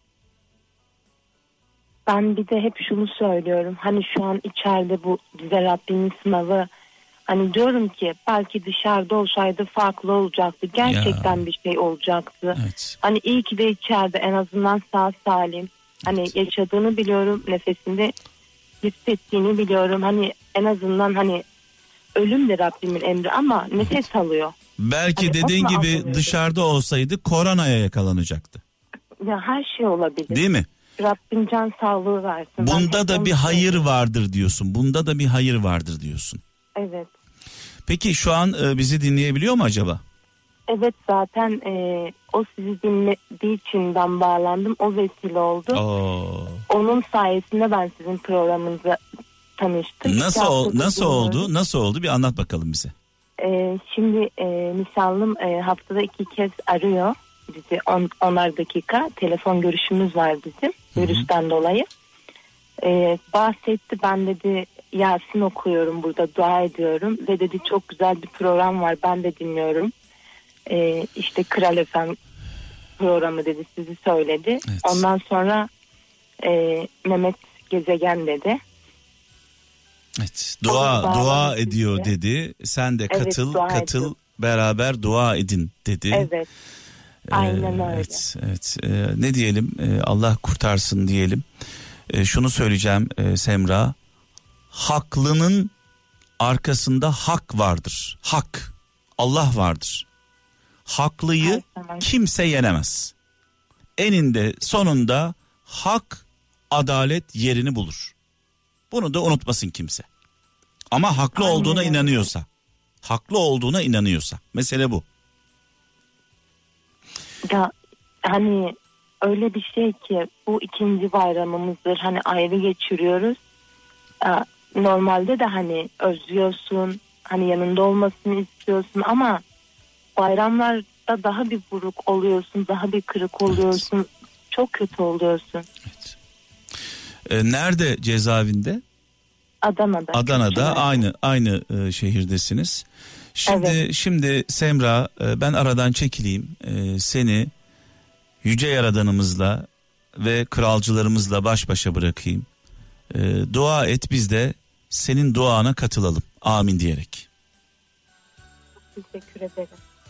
Ben bir de hep şunu söylüyorum. Hani şu an içeride bu bize Rabbimin sınavı. Hani diyorum ki belki dışarıda olsaydı farklı olacaktı. Gerçekten bir şey olacaktı. Evet. Hani iyi ki de içeride en azından sağ salim. Hani yaşadığını biliyorum. Nefesinde hissettiğini biliyorum. Hani en azından hani ölüm de Rabbimin emri ama nefes alıyor. Belki Hani dediğin gibi anlamıyorum. dışarıda olsaydı koronaya yakalanacaktı. Ya her şey olabilir. Değil mi? Rabbim can sağlığı versin. Bunda da bir hayır vardır diyorsun. Bunda da bir hayır vardır diyorsun. Evet. Peki şu an bizi dinleyebiliyor mu acaba? Evet, zaten o sizi dinlediği için ben bağlandım. O vesile oldu. Oo. Onun sayesinde ben sizin programınıza tanıştım. Nasıl oldu? Bir anlat bakalım bize. Şimdi nişanlım haftada 2 kez arıyor bizi. 10'ar dakika telefon görüşümüz var bizim. Virüsten dolayı. Bahsetti, ben dedi Yasin okuyorum burada, dua ediyorum ve dedi çok güzel bir program var, ben de dinliyorum. İşte Kral FM programı dedi, sizi söyledi. Evet. Ondan sonra Mehmet Gezegen dedi. Evet, dua ediyor dedi. Sen de katıl beraber dua edin dedi. Evet. Aynen öyle. Evet. Ne diyelim? Allah kurtarsın diyelim. Şunu söyleyeceğim Semra. Haklının arkasında hak vardır. Hak. Allah vardır. Haklıyı kimse yenemez. Eninde sonunda hak, adalet yerini bulur. Bunu da unutmasın kimse. Ama haklı olduğuna inanıyorsa. Haklı olduğuna inanıyorsa. Mesele bu. Ya hani öyle bir şey ki bu ikinci bayramımızdır. Hani ayrı geçiriyoruz. Normalde de hani özlüyorsun. Hani yanında olmasını istiyorsun ama bayramlarda daha bir buruk oluyorsun. Daha bir kırık oluyorsun. Evet. Çok kötü oluyorsun. Evet. Nerede cezaevinde? Adana'da aynı şehirdesiniz. Şimdi Semra, ben aradan çekileyim. Seni yüce yaradanımızla ve kralcılarımızla baş başa bırakayım. Dua et, biz de senin duana katılalım. Amin diyerek. Teşekkür ederim.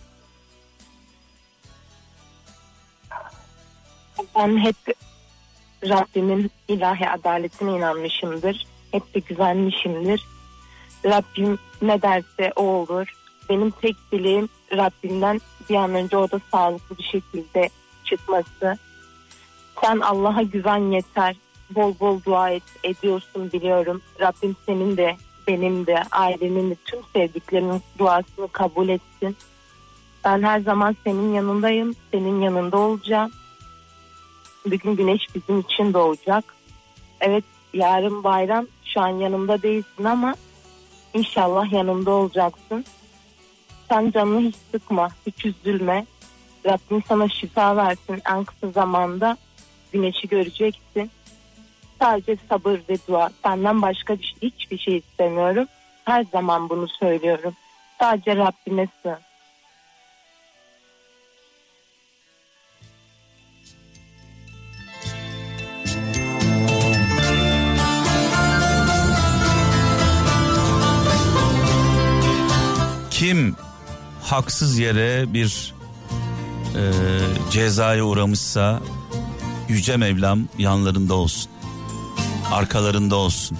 Ben hep Rabbimin ilahi adaletine inanmışımdır. Hep de güvenmişimdir. Rabbim ne derse o olur. Benim tek dileğim Rabbimden bir an önce orada sağlıklı bir şekilde çıkması. Sen Allah'a güven yeter. Bol bol dua ediyorsun biliyorum. Rabbim senin de benim de ailemin de tüm sevdiklerimin duasını kabul etsin. Ben her zaman senin yanındayım. Senin yanında olacağım. Bugün güneş bizim için doğacak. Evet, yarın bayram, şu an yanımda değilsin ama İnşallah yanımda olacaksın. Sen canını hiç sıkma, hiç üzülme. Rabbim sana şifa versin. En kısa zamanda güneşi göreceksin. Sadece sabır ve dua. Senden başka hiçbir şey istemiyorum. Her zaman bunu söylüyorum. Sadece Rabbime sığın. Kim haksız yere bir cezaya uğramışsa Yüce Mevlam yanlarında olsun, arkalarında olsun.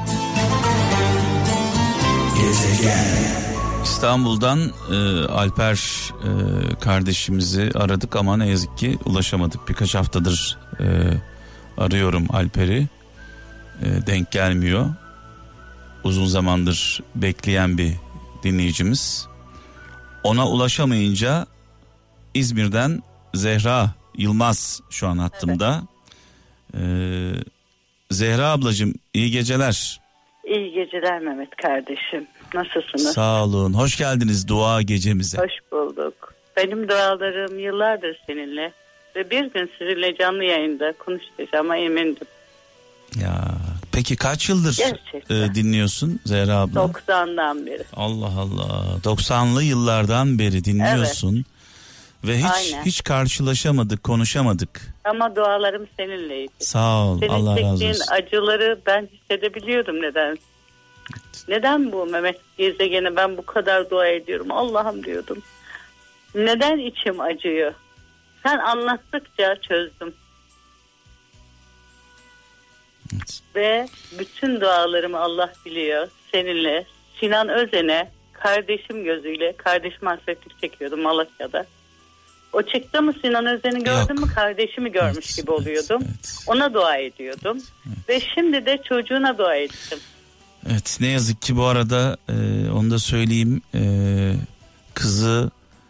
İstanbul'dan Alper kardeşimizi aradık ama ne yazık ki ulaşamadık. Birkaç haftadır arıyorum Alper'i, denk gelmiyor. Uzun zamandır bekleyen bir dinleyicimiz. Ona ulaşamayınca İzmir'den Zehra Yılmaz şu an hattımda. Evet. Zehra ablacığım, iyi geceler. İyi geceler Mehmet kardeşim. Nasılsınız? Sağ olun. Hoş geldiniz dua gecemize. Hoş bulduk. Benim dualarım yıllardır seninle ve bir gün sizinle canlı yayında konuşacağıma emindim. Ya peki kaç yıldır dinliyorsun Zehra abla? 90'dan beri. Allah Allah. 90'lı yıllardan beri dinliyorsun. Evet. Ve hiç karşılaşamadık, konuşamadık. Ama dualarım seninleydi. Sağ ol. Senin Allah razı olsun. çektiğin acıları ben hissedebiliyordum neden? Evet. Neden bu Mehmet Gezegen'e ben bu kadar dua ediyorum? Allah'ım diyordum. Neden içim acıyor? Sen anlattıkça çözdüm. Evet. Ve bütün dualarımı Allah biliyor. Seninle, Sinan Özen'e kardeşim gözüyle, kardeşim hasretlik çekiyordum Malatya'da. O çıktı mı Sinan Özen'i gördüm mü kardeşimi görmüş gibi oluyordum. Evet. Ona dua ediyordum. Evet. Ve şimdi de çocuğuna dua ettim. Evet, ne yazık ki bu arada onu da söyleyeyim, kızı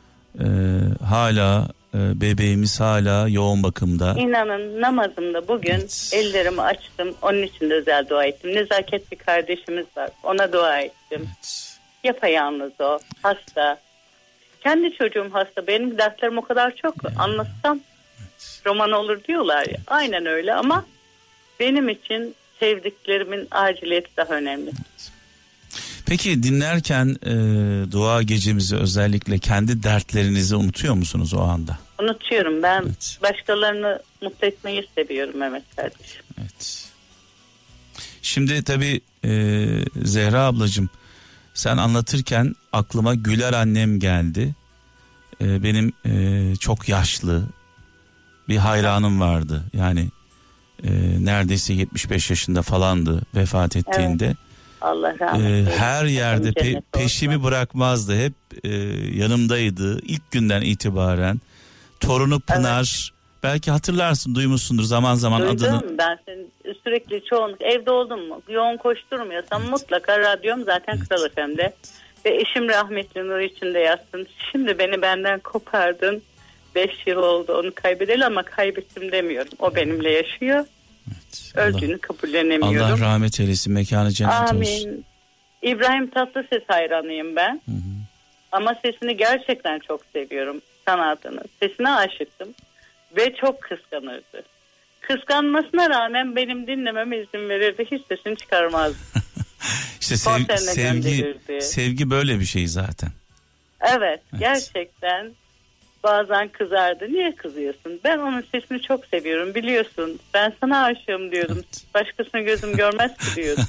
hala bebeğimiz hala yoğun bakımda. İnanın namazımda bugün ellerimi açtım, onun için de özel dua ettim. Nezaket bir kardeşimiz var, ona dua ettim. Evet. Yapayalnız o, hasta. Kendi çocuğum hasta, benim dertlerim o kadar çok anlatsam roman olur diyorlar ya. Aynen öyle ama benim için sevdiklerimin aciliyeti daha önemli. Peki dinlerken dua gecemizi özellikle kendi dertlerinizi unutuyor musunuz o anda? Unutuyorum. Ben Evet. başkalarını mutlu etmeyi seviyorum Mehmet kardeşim. Evet. Şimdi tabii Zehra ablacığım, sen anlatırken aklıma Güler annem geldi. Benim çok yaşlı bir hayranım vardı. Yani neredeyse 75 yaşında falandı vefat ettiğinde. Evet. Allah rahmet eylesin. Her yerde peşimi olsun. bırakmazdı. Hep yanımdaydı ilk günden itibaren. Torunu Pınar, belki hatırlarsın, duymuşsundur zaman zaman Duydum, adını. ben seni sürekli çoğunlukla evde oldum mu, yoğun koşturmuyorsam mutlaka radyom zaten Kral FM'de. Ve eşim rahmetli nur içinde yatsın. Şimdi beni benden kopardın. 5 yıl oldu onu kaybedeli ama kaybettim demiyorum. O benimle yaşıyor. Evet, Öldüğünü kabullenemiyorum. Allah rahmet eylesin, mekanı cennet olsun. Amin. İbrahim Tatlıses hayranıyım ben. Hı hı. Ama sesini gerçekten çok seviyorum. Sanatını. Sesine aşıktım. Ve çok kıskanırdı. Kıskanmasına rağmen benim dinlememe izin verirdi. Hiç sesini çıkarmazdı. İşte sevgi böyle bir şey zaten. Evet, gerçekten bazen kızardı. Niye kızıyorsun? Ben onun sesini çok seviyorum, biliyorsun. Ben sana aşığım diyordum. Evet. Başkasını gözüm görmez ki diyordum.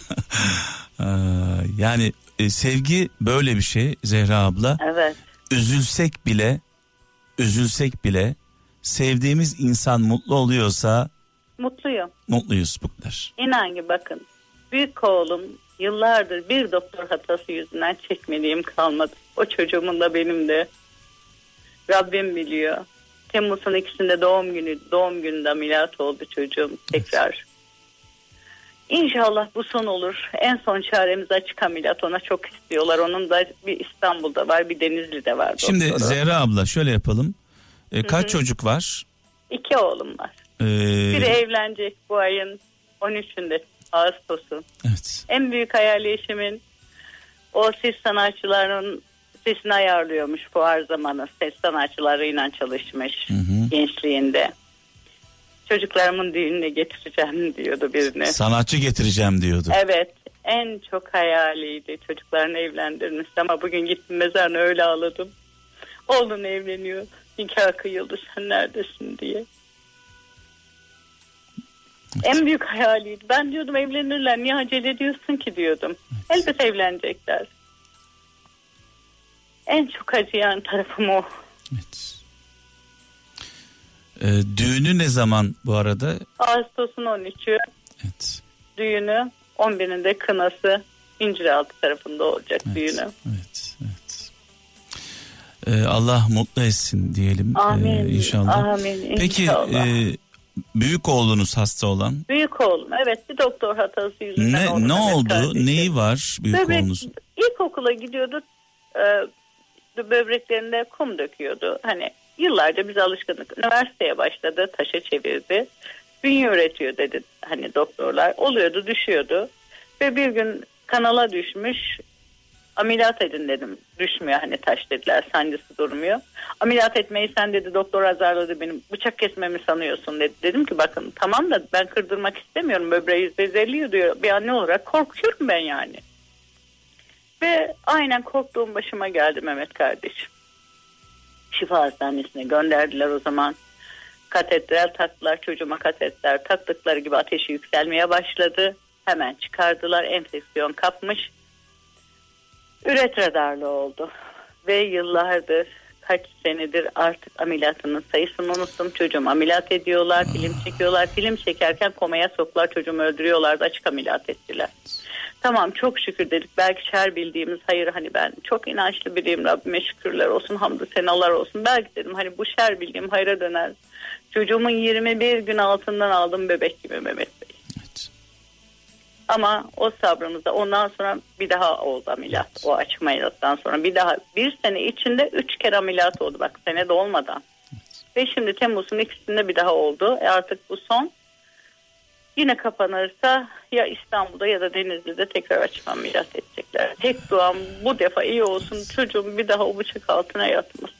Yani sevgi böyle bir şey Zehra abla. Evet. Üzülsek bile sevdiğimiz insan mutlu oluyorsa mutluyuz bu kadar. İnan ki bakın, büyük oğlum yıllardır bir doktor hatası yüzünden çekmediğim kalmadı. O çocuğumun da benim de. Rabbim biliyor. Temmuz'un 2'sinde doğum gününde ameliyat oldu çocuğum tekrar. İnşallah bu son olur. En son çaremiz açık ameliyat. Ona çok istiyorlar. Onun da bir İstanbul'da var, bir Denizli'de var. Şimdi doktoru. Zehra abla şöyle yapalım. Kaç çocuk var? 2 oğlum var. Biri evlenecek bu ayın 13'ünde, Ağustos'un. Evet. En büyük hayali eşimin o ses sanatçılarının sesini ayarlıyormuş fuar zamanı. Ses sanatçılarıyla çalışmış gençliğinde. Çocuklarımın düğününe getireceğim diyordu birini. Sanatçı getireceğim diyordu. Evet, en çok hayaliydi çocuklarını evlendirmiş ama bugün gittim mezarına öyle ağladım. Oğlun evleniyor, nikah kıyıldı, sen neredesin diye. Evet. En büyük hayaliydi. Ben diyordum evlenirler, niye acele ediyorsun ki diyordum. Evet. Elbet evlenecekler. En çok acıyan tarafım o. Evet. Düğünü ne zaman bu arada? Ağustos'un 13'ü. Evet. Düğünü 11'inde kınası İnciraltı tarafında olacak düğünü. Evet. Allah mutlu etsin diyelim. Amin. İnşallah. Amin. Peki büyük oğlunuz hasta olan? Büyük oğlum evet, bir doktor hatası yüzünden ne oldu? Kardeşim. Neyi var büyük oğlunuz? İlkokula gidiyordu. Böbreklerinde kum döküyordu. Hani yıllarca biz alışkınlık. Üniversiteye başladı, taşa çevirdi. Bünye üretiyor dedi hani doktorlar. Oluyordu, düşüyordu. Ve bir gün kanala düşmüş. Ameliyat edin dedim. Düşmüyor hani, taş dediler, sancısı durmuyor. Ameliyat etmeyi sen dedi doktor azarladı, benim bıçak kesmemi sanıyorsun dedi. Dedim ki bakın tamam da ben kırdırmak istemiyorum, böbreği %50 diyor. Bir anne olarak korkuyorum ben yani. Ve aynen korktuğum başıma geldi Mehmet kardeşim. Şifa Hastanesi'ne gönderdiler o zaman. Katetler taktılar çocuğuma, katetler taktıkları gibi ateşi yükselmeye başladı. Hemen çıkardılar, enfeksiyon kapmış. Üretradarlı oldu. Ve yıllardır, kaç senedir artık ameliyatının sayısını unuttum. Çocuğumu ameliyat ediyorlar, film çekiyorlar. Film çekerken komaya soktular, çocuğumu öldürüyorlardı, açık ameliyat ettiler. Tamam çok şükür dedik, belki şer bildiğimiz, hayır hani ben çok inançlı biriyim, Rabbime şükürler olsun, hamdü senalar olsun. Belki dedim hani bu şer bildiğim hayra döner. Çocuğumun 21 gün altından aldım bebek gibi Mehmet Bey. Evet. Ama o sabrımızda ondan sonra bir daha oldu ameliyat. Evet. O açık ameliyattan sonra bir daha, bir sene içinde 3 kere ameliyat oldu bak, senede olmadan. Evet. Ve şimdi Temmuz'un 2'sinde bir daha oldu. Artık bu son. Yine kapanırsa ya İstanbul'da ya da Denizli'de tekrar açık ameliyat edecekler. Tek duam bu defa iyi olsun, çocuğum bir daha o bıçak altına yatmasın.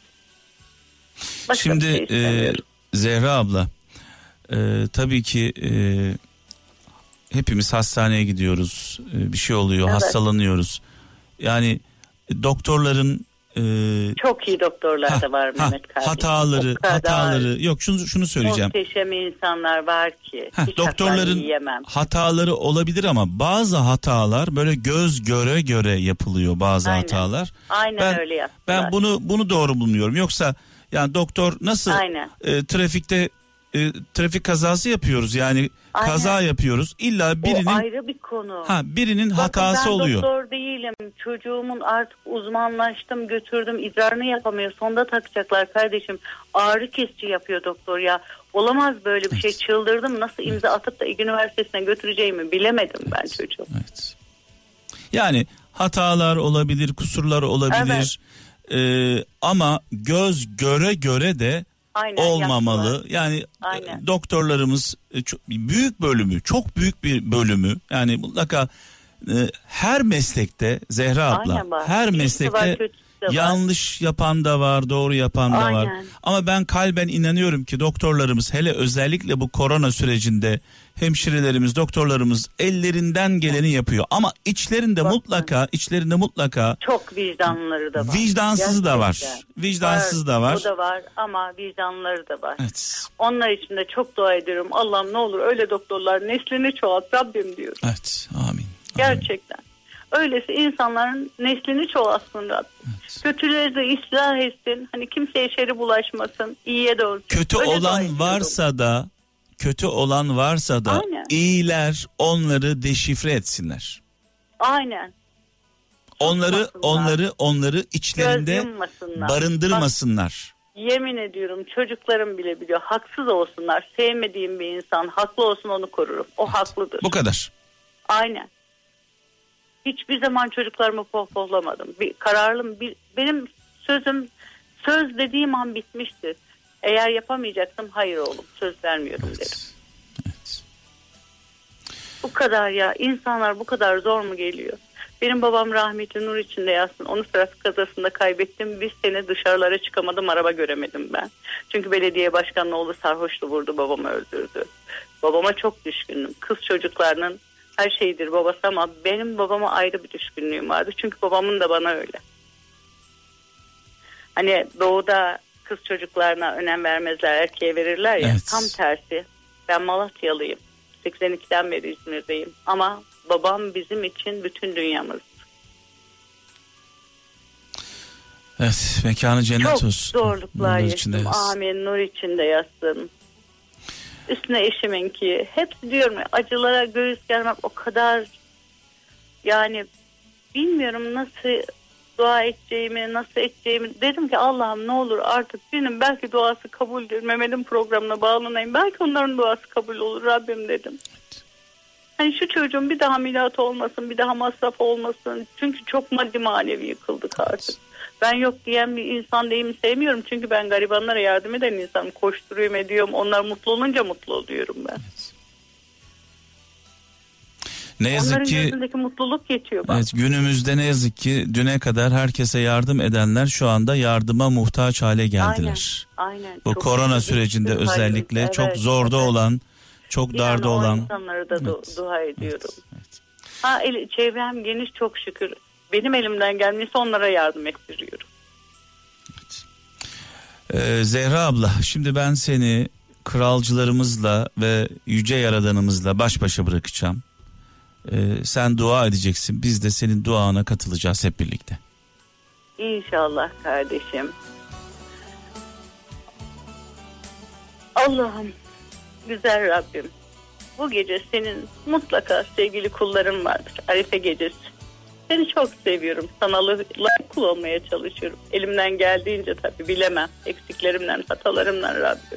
Şimdi Zehra abla tabii ki hepimiz hastaneye gidiyoruz. Bir şey oluyor, Evet. hastalanıyoruz. Yani doktorların çok iyi doktorlar da var Mehmet kardeşim. Hataları yok, şunu söyleyeceğim. Muhteşem insanlar var ki. Hiç Doktorların yiyemem. hataları olabilir ama bazı hatalar böyle göz göre göre yapılıyor, bazı hatalar. Aynen öyle yaptılar. Ben bunu doğru bulmuyorum. Yoksa yani doktor nasıl trafikte trafik kazası yapıyoruz, yani kaza yapıyoruz. İlla birinin, o ayrı bir konu. Birinin hatası oluyor. Ben doktor değilim. Çocuğumun artık uzmanlaştım, götürdüm, idrarını yapamıyor. Sonda takacaklar kardeşim. Ağrı kesici yapıyor doktor ya. Olamaz böyle bir şey. Çıldırdım. Nasıl imza atıp da üniversitesine götüreceğimi bilemedim ben çocuğum. Evet. Yani hatalar olabilir, kusurlar olabilir. Ama göz göre göre de olmamalı. Yaptılar. Yani doktorlarımız büyük bölümü, çok büyük bir bölümü, yani mutlaka her meslekte Zehra abla, her meslekte yanlış yapan da var, doğru yapan da var. Ama ben kalben inanıyorum ki doktorlarımız, hele özellikle bu korona sürecinde hemşirelerimiz, doktorlarımız ellerinden geleni yapıyor. Ama içlerinde mutlaka çok vicdanları da var. Vicdansızı da var. Vicdansız da var. O da var ama vicdanları da var. Evet. Onlar için de çok dua ediyorum. Allah'ım ne olur öyle doktorlar neslini çoğalt Rabbim diyorum. Evet. Amin. Gerçekten. Öylesi insanların neslini çoğalsın Rabbim. Evet. Kötüleri de ıslah etsin. Hani kimseye şeri bulaşmasın. İyiye doğru. Kötü olan varsa da iyiler onları deşifre etsinler. Aynen. Onları içlerinde barındırmasınlar. Yemin ediyorum çocuklarım bile biliyor. Haksız olsunlar. Sevmediğim bir insan haklı olsun, onu korurum. O haklıdır. Bu kadar. Aynen. Hiçbir zaman çocuklarımı pohpohlamadım. Kararlım. Benim söz dediğim an bitmiştir. Eğer yapamayacaksam hayır oğlum, söz vermiyorum derim. Evet. Bu kadar ya. İnsanlar bu kadar zor mu geliyor? Benim babam rahmetli nur içinde yatsın. Onu trafik kazasında kaybettim. Bir sene dışarılara çıkamadım, araba göremedim ben. Çünkü belediye başkanının oğlu sarhoşlu vurdu, babamı öldürdü. Babama çok düşkündüm. Kız çocuklarının her şeyidir babası ama benim babama ayrı bir düşkünlüğüm vardı. Çünkü babamın da bana öyle. Hani doğuda kız çocuklarına önem vermezler, erkeğe verirler ya. Evet. Tam tersi. Ben Malatyalıyım. 82'den beri İzmir'deyim. Ama babam bizim için bütün dünyamız. Evet, mekanı cennet olsun. Çok zorluklar yaşadım. Amin, nur içinde yatsın. Üstüne eşiminki. Hepsi diyorum ya, acılara göğüs germek o kadar, yani bilmiyorum nasıl dua edeceğimi, nasıl edeceğimi. Dedim ki Allah'ım ne olur artık benim belki duası kabuldür. Mehmet'in programına bağlanayım. Belki onların duası kabul olur Rabbim dedim. Hani şu çocuğun bir daha ameliyat olmasın, bir daha masraf olmasın. Çünkü çok maddi manevi yıkıldık artık. Ben yok diyen bir insan değilim, sevmiyorum. Çünkü ben garibanlara yardım eden insanım. Koşturuyorum, ediyorum. Onlar mutlu olunca mutlu oluyorum ben. Evet. Ne yazık onların ki gözündeki mutluluk yetiyor bana. Evet, günümüzde ne yazık ki düne kadar herkese yardım edenler şu anda yardıma muhtaç hale geldiler. Aynen. Bu çok korona sürecinde özellikle çok zorda olan, çok darda olan insanlara da dua ediyorum. Evet. Çevrem geniş çok şükür. Benim elimden gelmesi onlara yardım ettiriyorum. Evet. Zehra abla, şimdi ben seni kralcılarımızla ve yüce yaradanımızla baş başa bırakacağım. Sen dua edeceksin. Biz de senin duana katılacağız hep birlikte. İnşallah kardeşim. Allah'ım, güzel Rabbim. Bu gece senin mutlaka sevgili kulların vardır. Arife gecesi. Seni çok seviyorum. Sana layık kul olmaya çalışıyorum. Elimden geldiğince tabii, bilemem. Eksiklerimden, hatalarımdan Rabbim.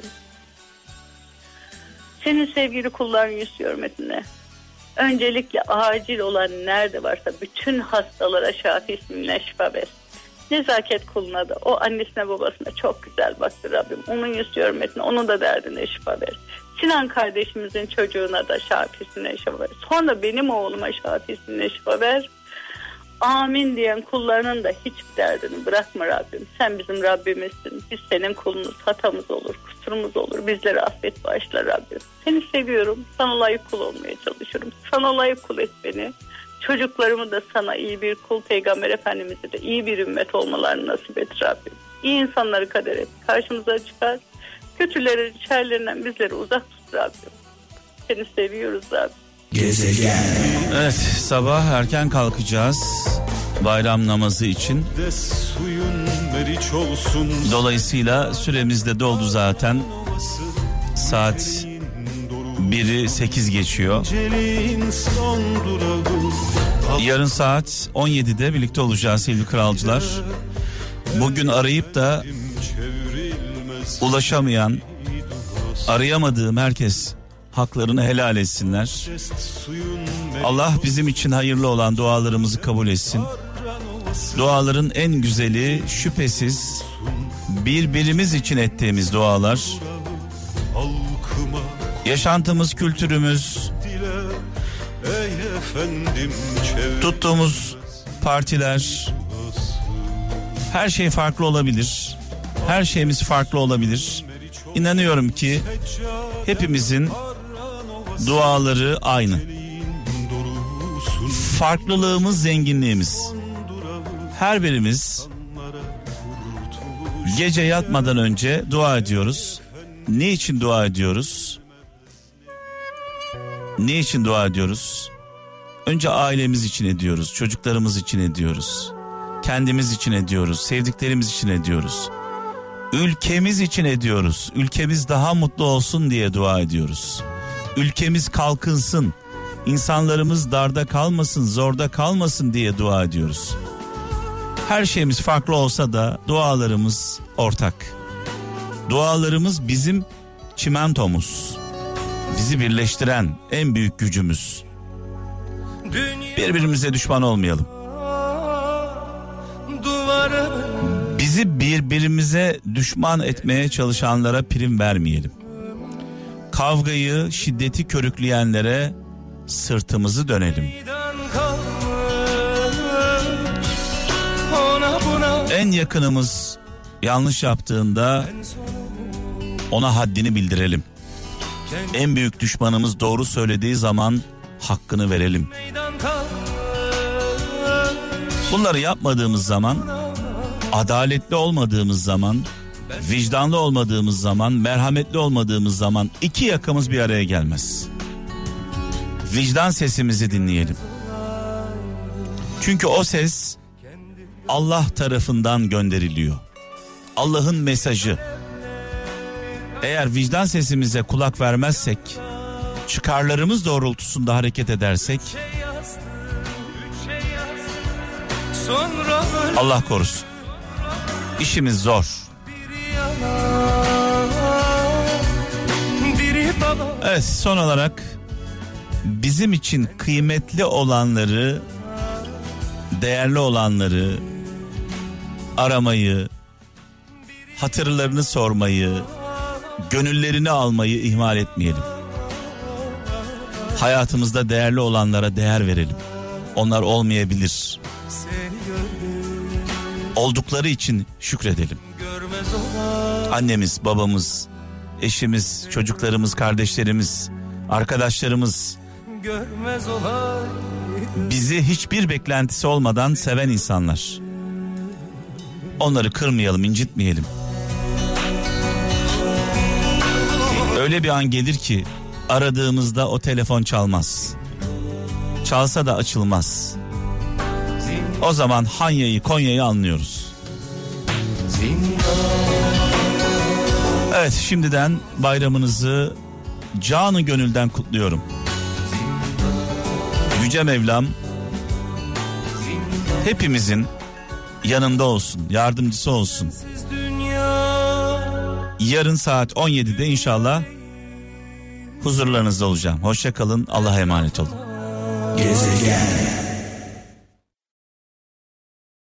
Senin sevgili kulların yüz hürmetine. Öncelikle acil olan nerede varsa bütün hastalara Şafi isminle şifa ver. Nezaket kuluna da, o annesine babasına çok güzel baktı Rabbim. Onun yüz hürmetine, onun da derdine şifa ver. Sinan kardeşimizin çocuğuna da Şafi isminle şifa ver. Sonra benim oğluma Şafi isminle şifa ver. amin diyen kullarının da hiçbir derdini bırakma Rabbim. Sen bizim Rabbimizsin. Biz senin kulunuz. Hatamız olur, kusurumuz olur. Bizleri affet, bağışla Rabbim. Seni seviyorum. Sana layık kul olmaya çalışıyorum. Sana layık kul et beni. Çocuklarımı da sana iyi bir kul, Peygamber Efendimiz'e de iyi bir ümmet olmalarını nasip et Rabbim. İyi insanları kader et. Karşımıza çıkar. Kötüleri, şerlerinden bizleri uzak tut Rabbim. Seni seviyoruz Rabbim. Gezegen. Evet, sabah erken kalkacağız bayram namazı için. Dolayısıyla süremiz de doldu zaten. Saat 1'i 8 geçiyor. Yarın saat 17'de birlikte olacağız sevgili kralcılar. Bugün arayıp da ulaşamayan, arayamadığım herkes haklarını helal etsinler. Allah bizim için hayırlı olan dualarımızı kabul etsin. Duaların en güzeli şüphesiz birbirimiz için ettiğimiz dualar. Yaşantımız, kültürümüz, tuttuğumuz partiler, her şey farklı olabilir. Her şeyimiz farklı olabilir. İnanıyorum ki hepimizin duaları aynı. Farklılığımız zenginliğimiz. Her birimiz gece yatmadan önce dua ediyoruz. Ne için dua ediyoruz? Ne için dua ediyoruz? Önce ailemiz için ediyoruz, çocuklarımız için ediyoruz. Kendimiz için ediyoruz, sevdiklerimiz için ediyoruz. Ülkemiz için ediyoruz. Ülkemiz daha mutlu olsun diye dua ediyoruz. Ülkemiz kalkınsın, insanlarımız darda kalmasın, zorda kalmasın diye dua ediyoruz. Her şeyimiz farklı olsa da dualarımız ortak. Dualarımız bizim çimentomuz. Bizi birleştiren en büyük gücümüz. Birbirimize düşman olmayalım. Bizi birbirimize düşman etmeye çalışanlara prim vermeyelim. Kavgayı, şiddeti körükleyenlere sırtımızı dönelim. En yakınımız yanlış yaptığında ona haddini bildirelim. En büyük düşmanımız doğru söylediği zaman hakkını verelim. Bunları yapmadığımız zaman, adaletli olmadığımız zaman, vicdanlı olmadığımız zaman, merhametli olmadığımız zaman iki yakamız bir araya gelmez. Vicdan sesimizi dinleyelim. Çünkü o ses Allah tarafından gönderiliyor. Allah'ın mesajı. Eğer vicdan sesimize kulak vermezsek, çıkarlarımız doğrultusunda hareket edersek, Allah korusun, İşimiz zor. Evet, son olarak bizim için kıymetli olanları, değerli olanları aramayı, hatırlarını sormayı, gönüllerini almayı ihmal etmeyelim. Hayatımızda değerli olanlara değer verelim. Onlar olmayabilir. Oldukları için şükredelim. Annemiz, babamız, eşimiz, çocuklarımız, kardeşlerimiz, arkadaşlarımız, bizi hiçbir beklentisi olmadan seven insanlar. Onları kırmayalım, incitmeyelim. Öyle bir an gelir ki aradığımızda o telefon çalmaz. Çalsa da açılmaz. O zaman Hanya'yı, Konya'yı anlıyoruz. Evet, şimdiden bayramınızı canı gönülden kutluyorum. Yüce Mevlam hepimizin yanında olsun, yardımcısı olsun. Yarın saat 17'de inşallah huzurlarınızda olacağım. Hoşça kalın, Allah'a emanet olun. Gezegen.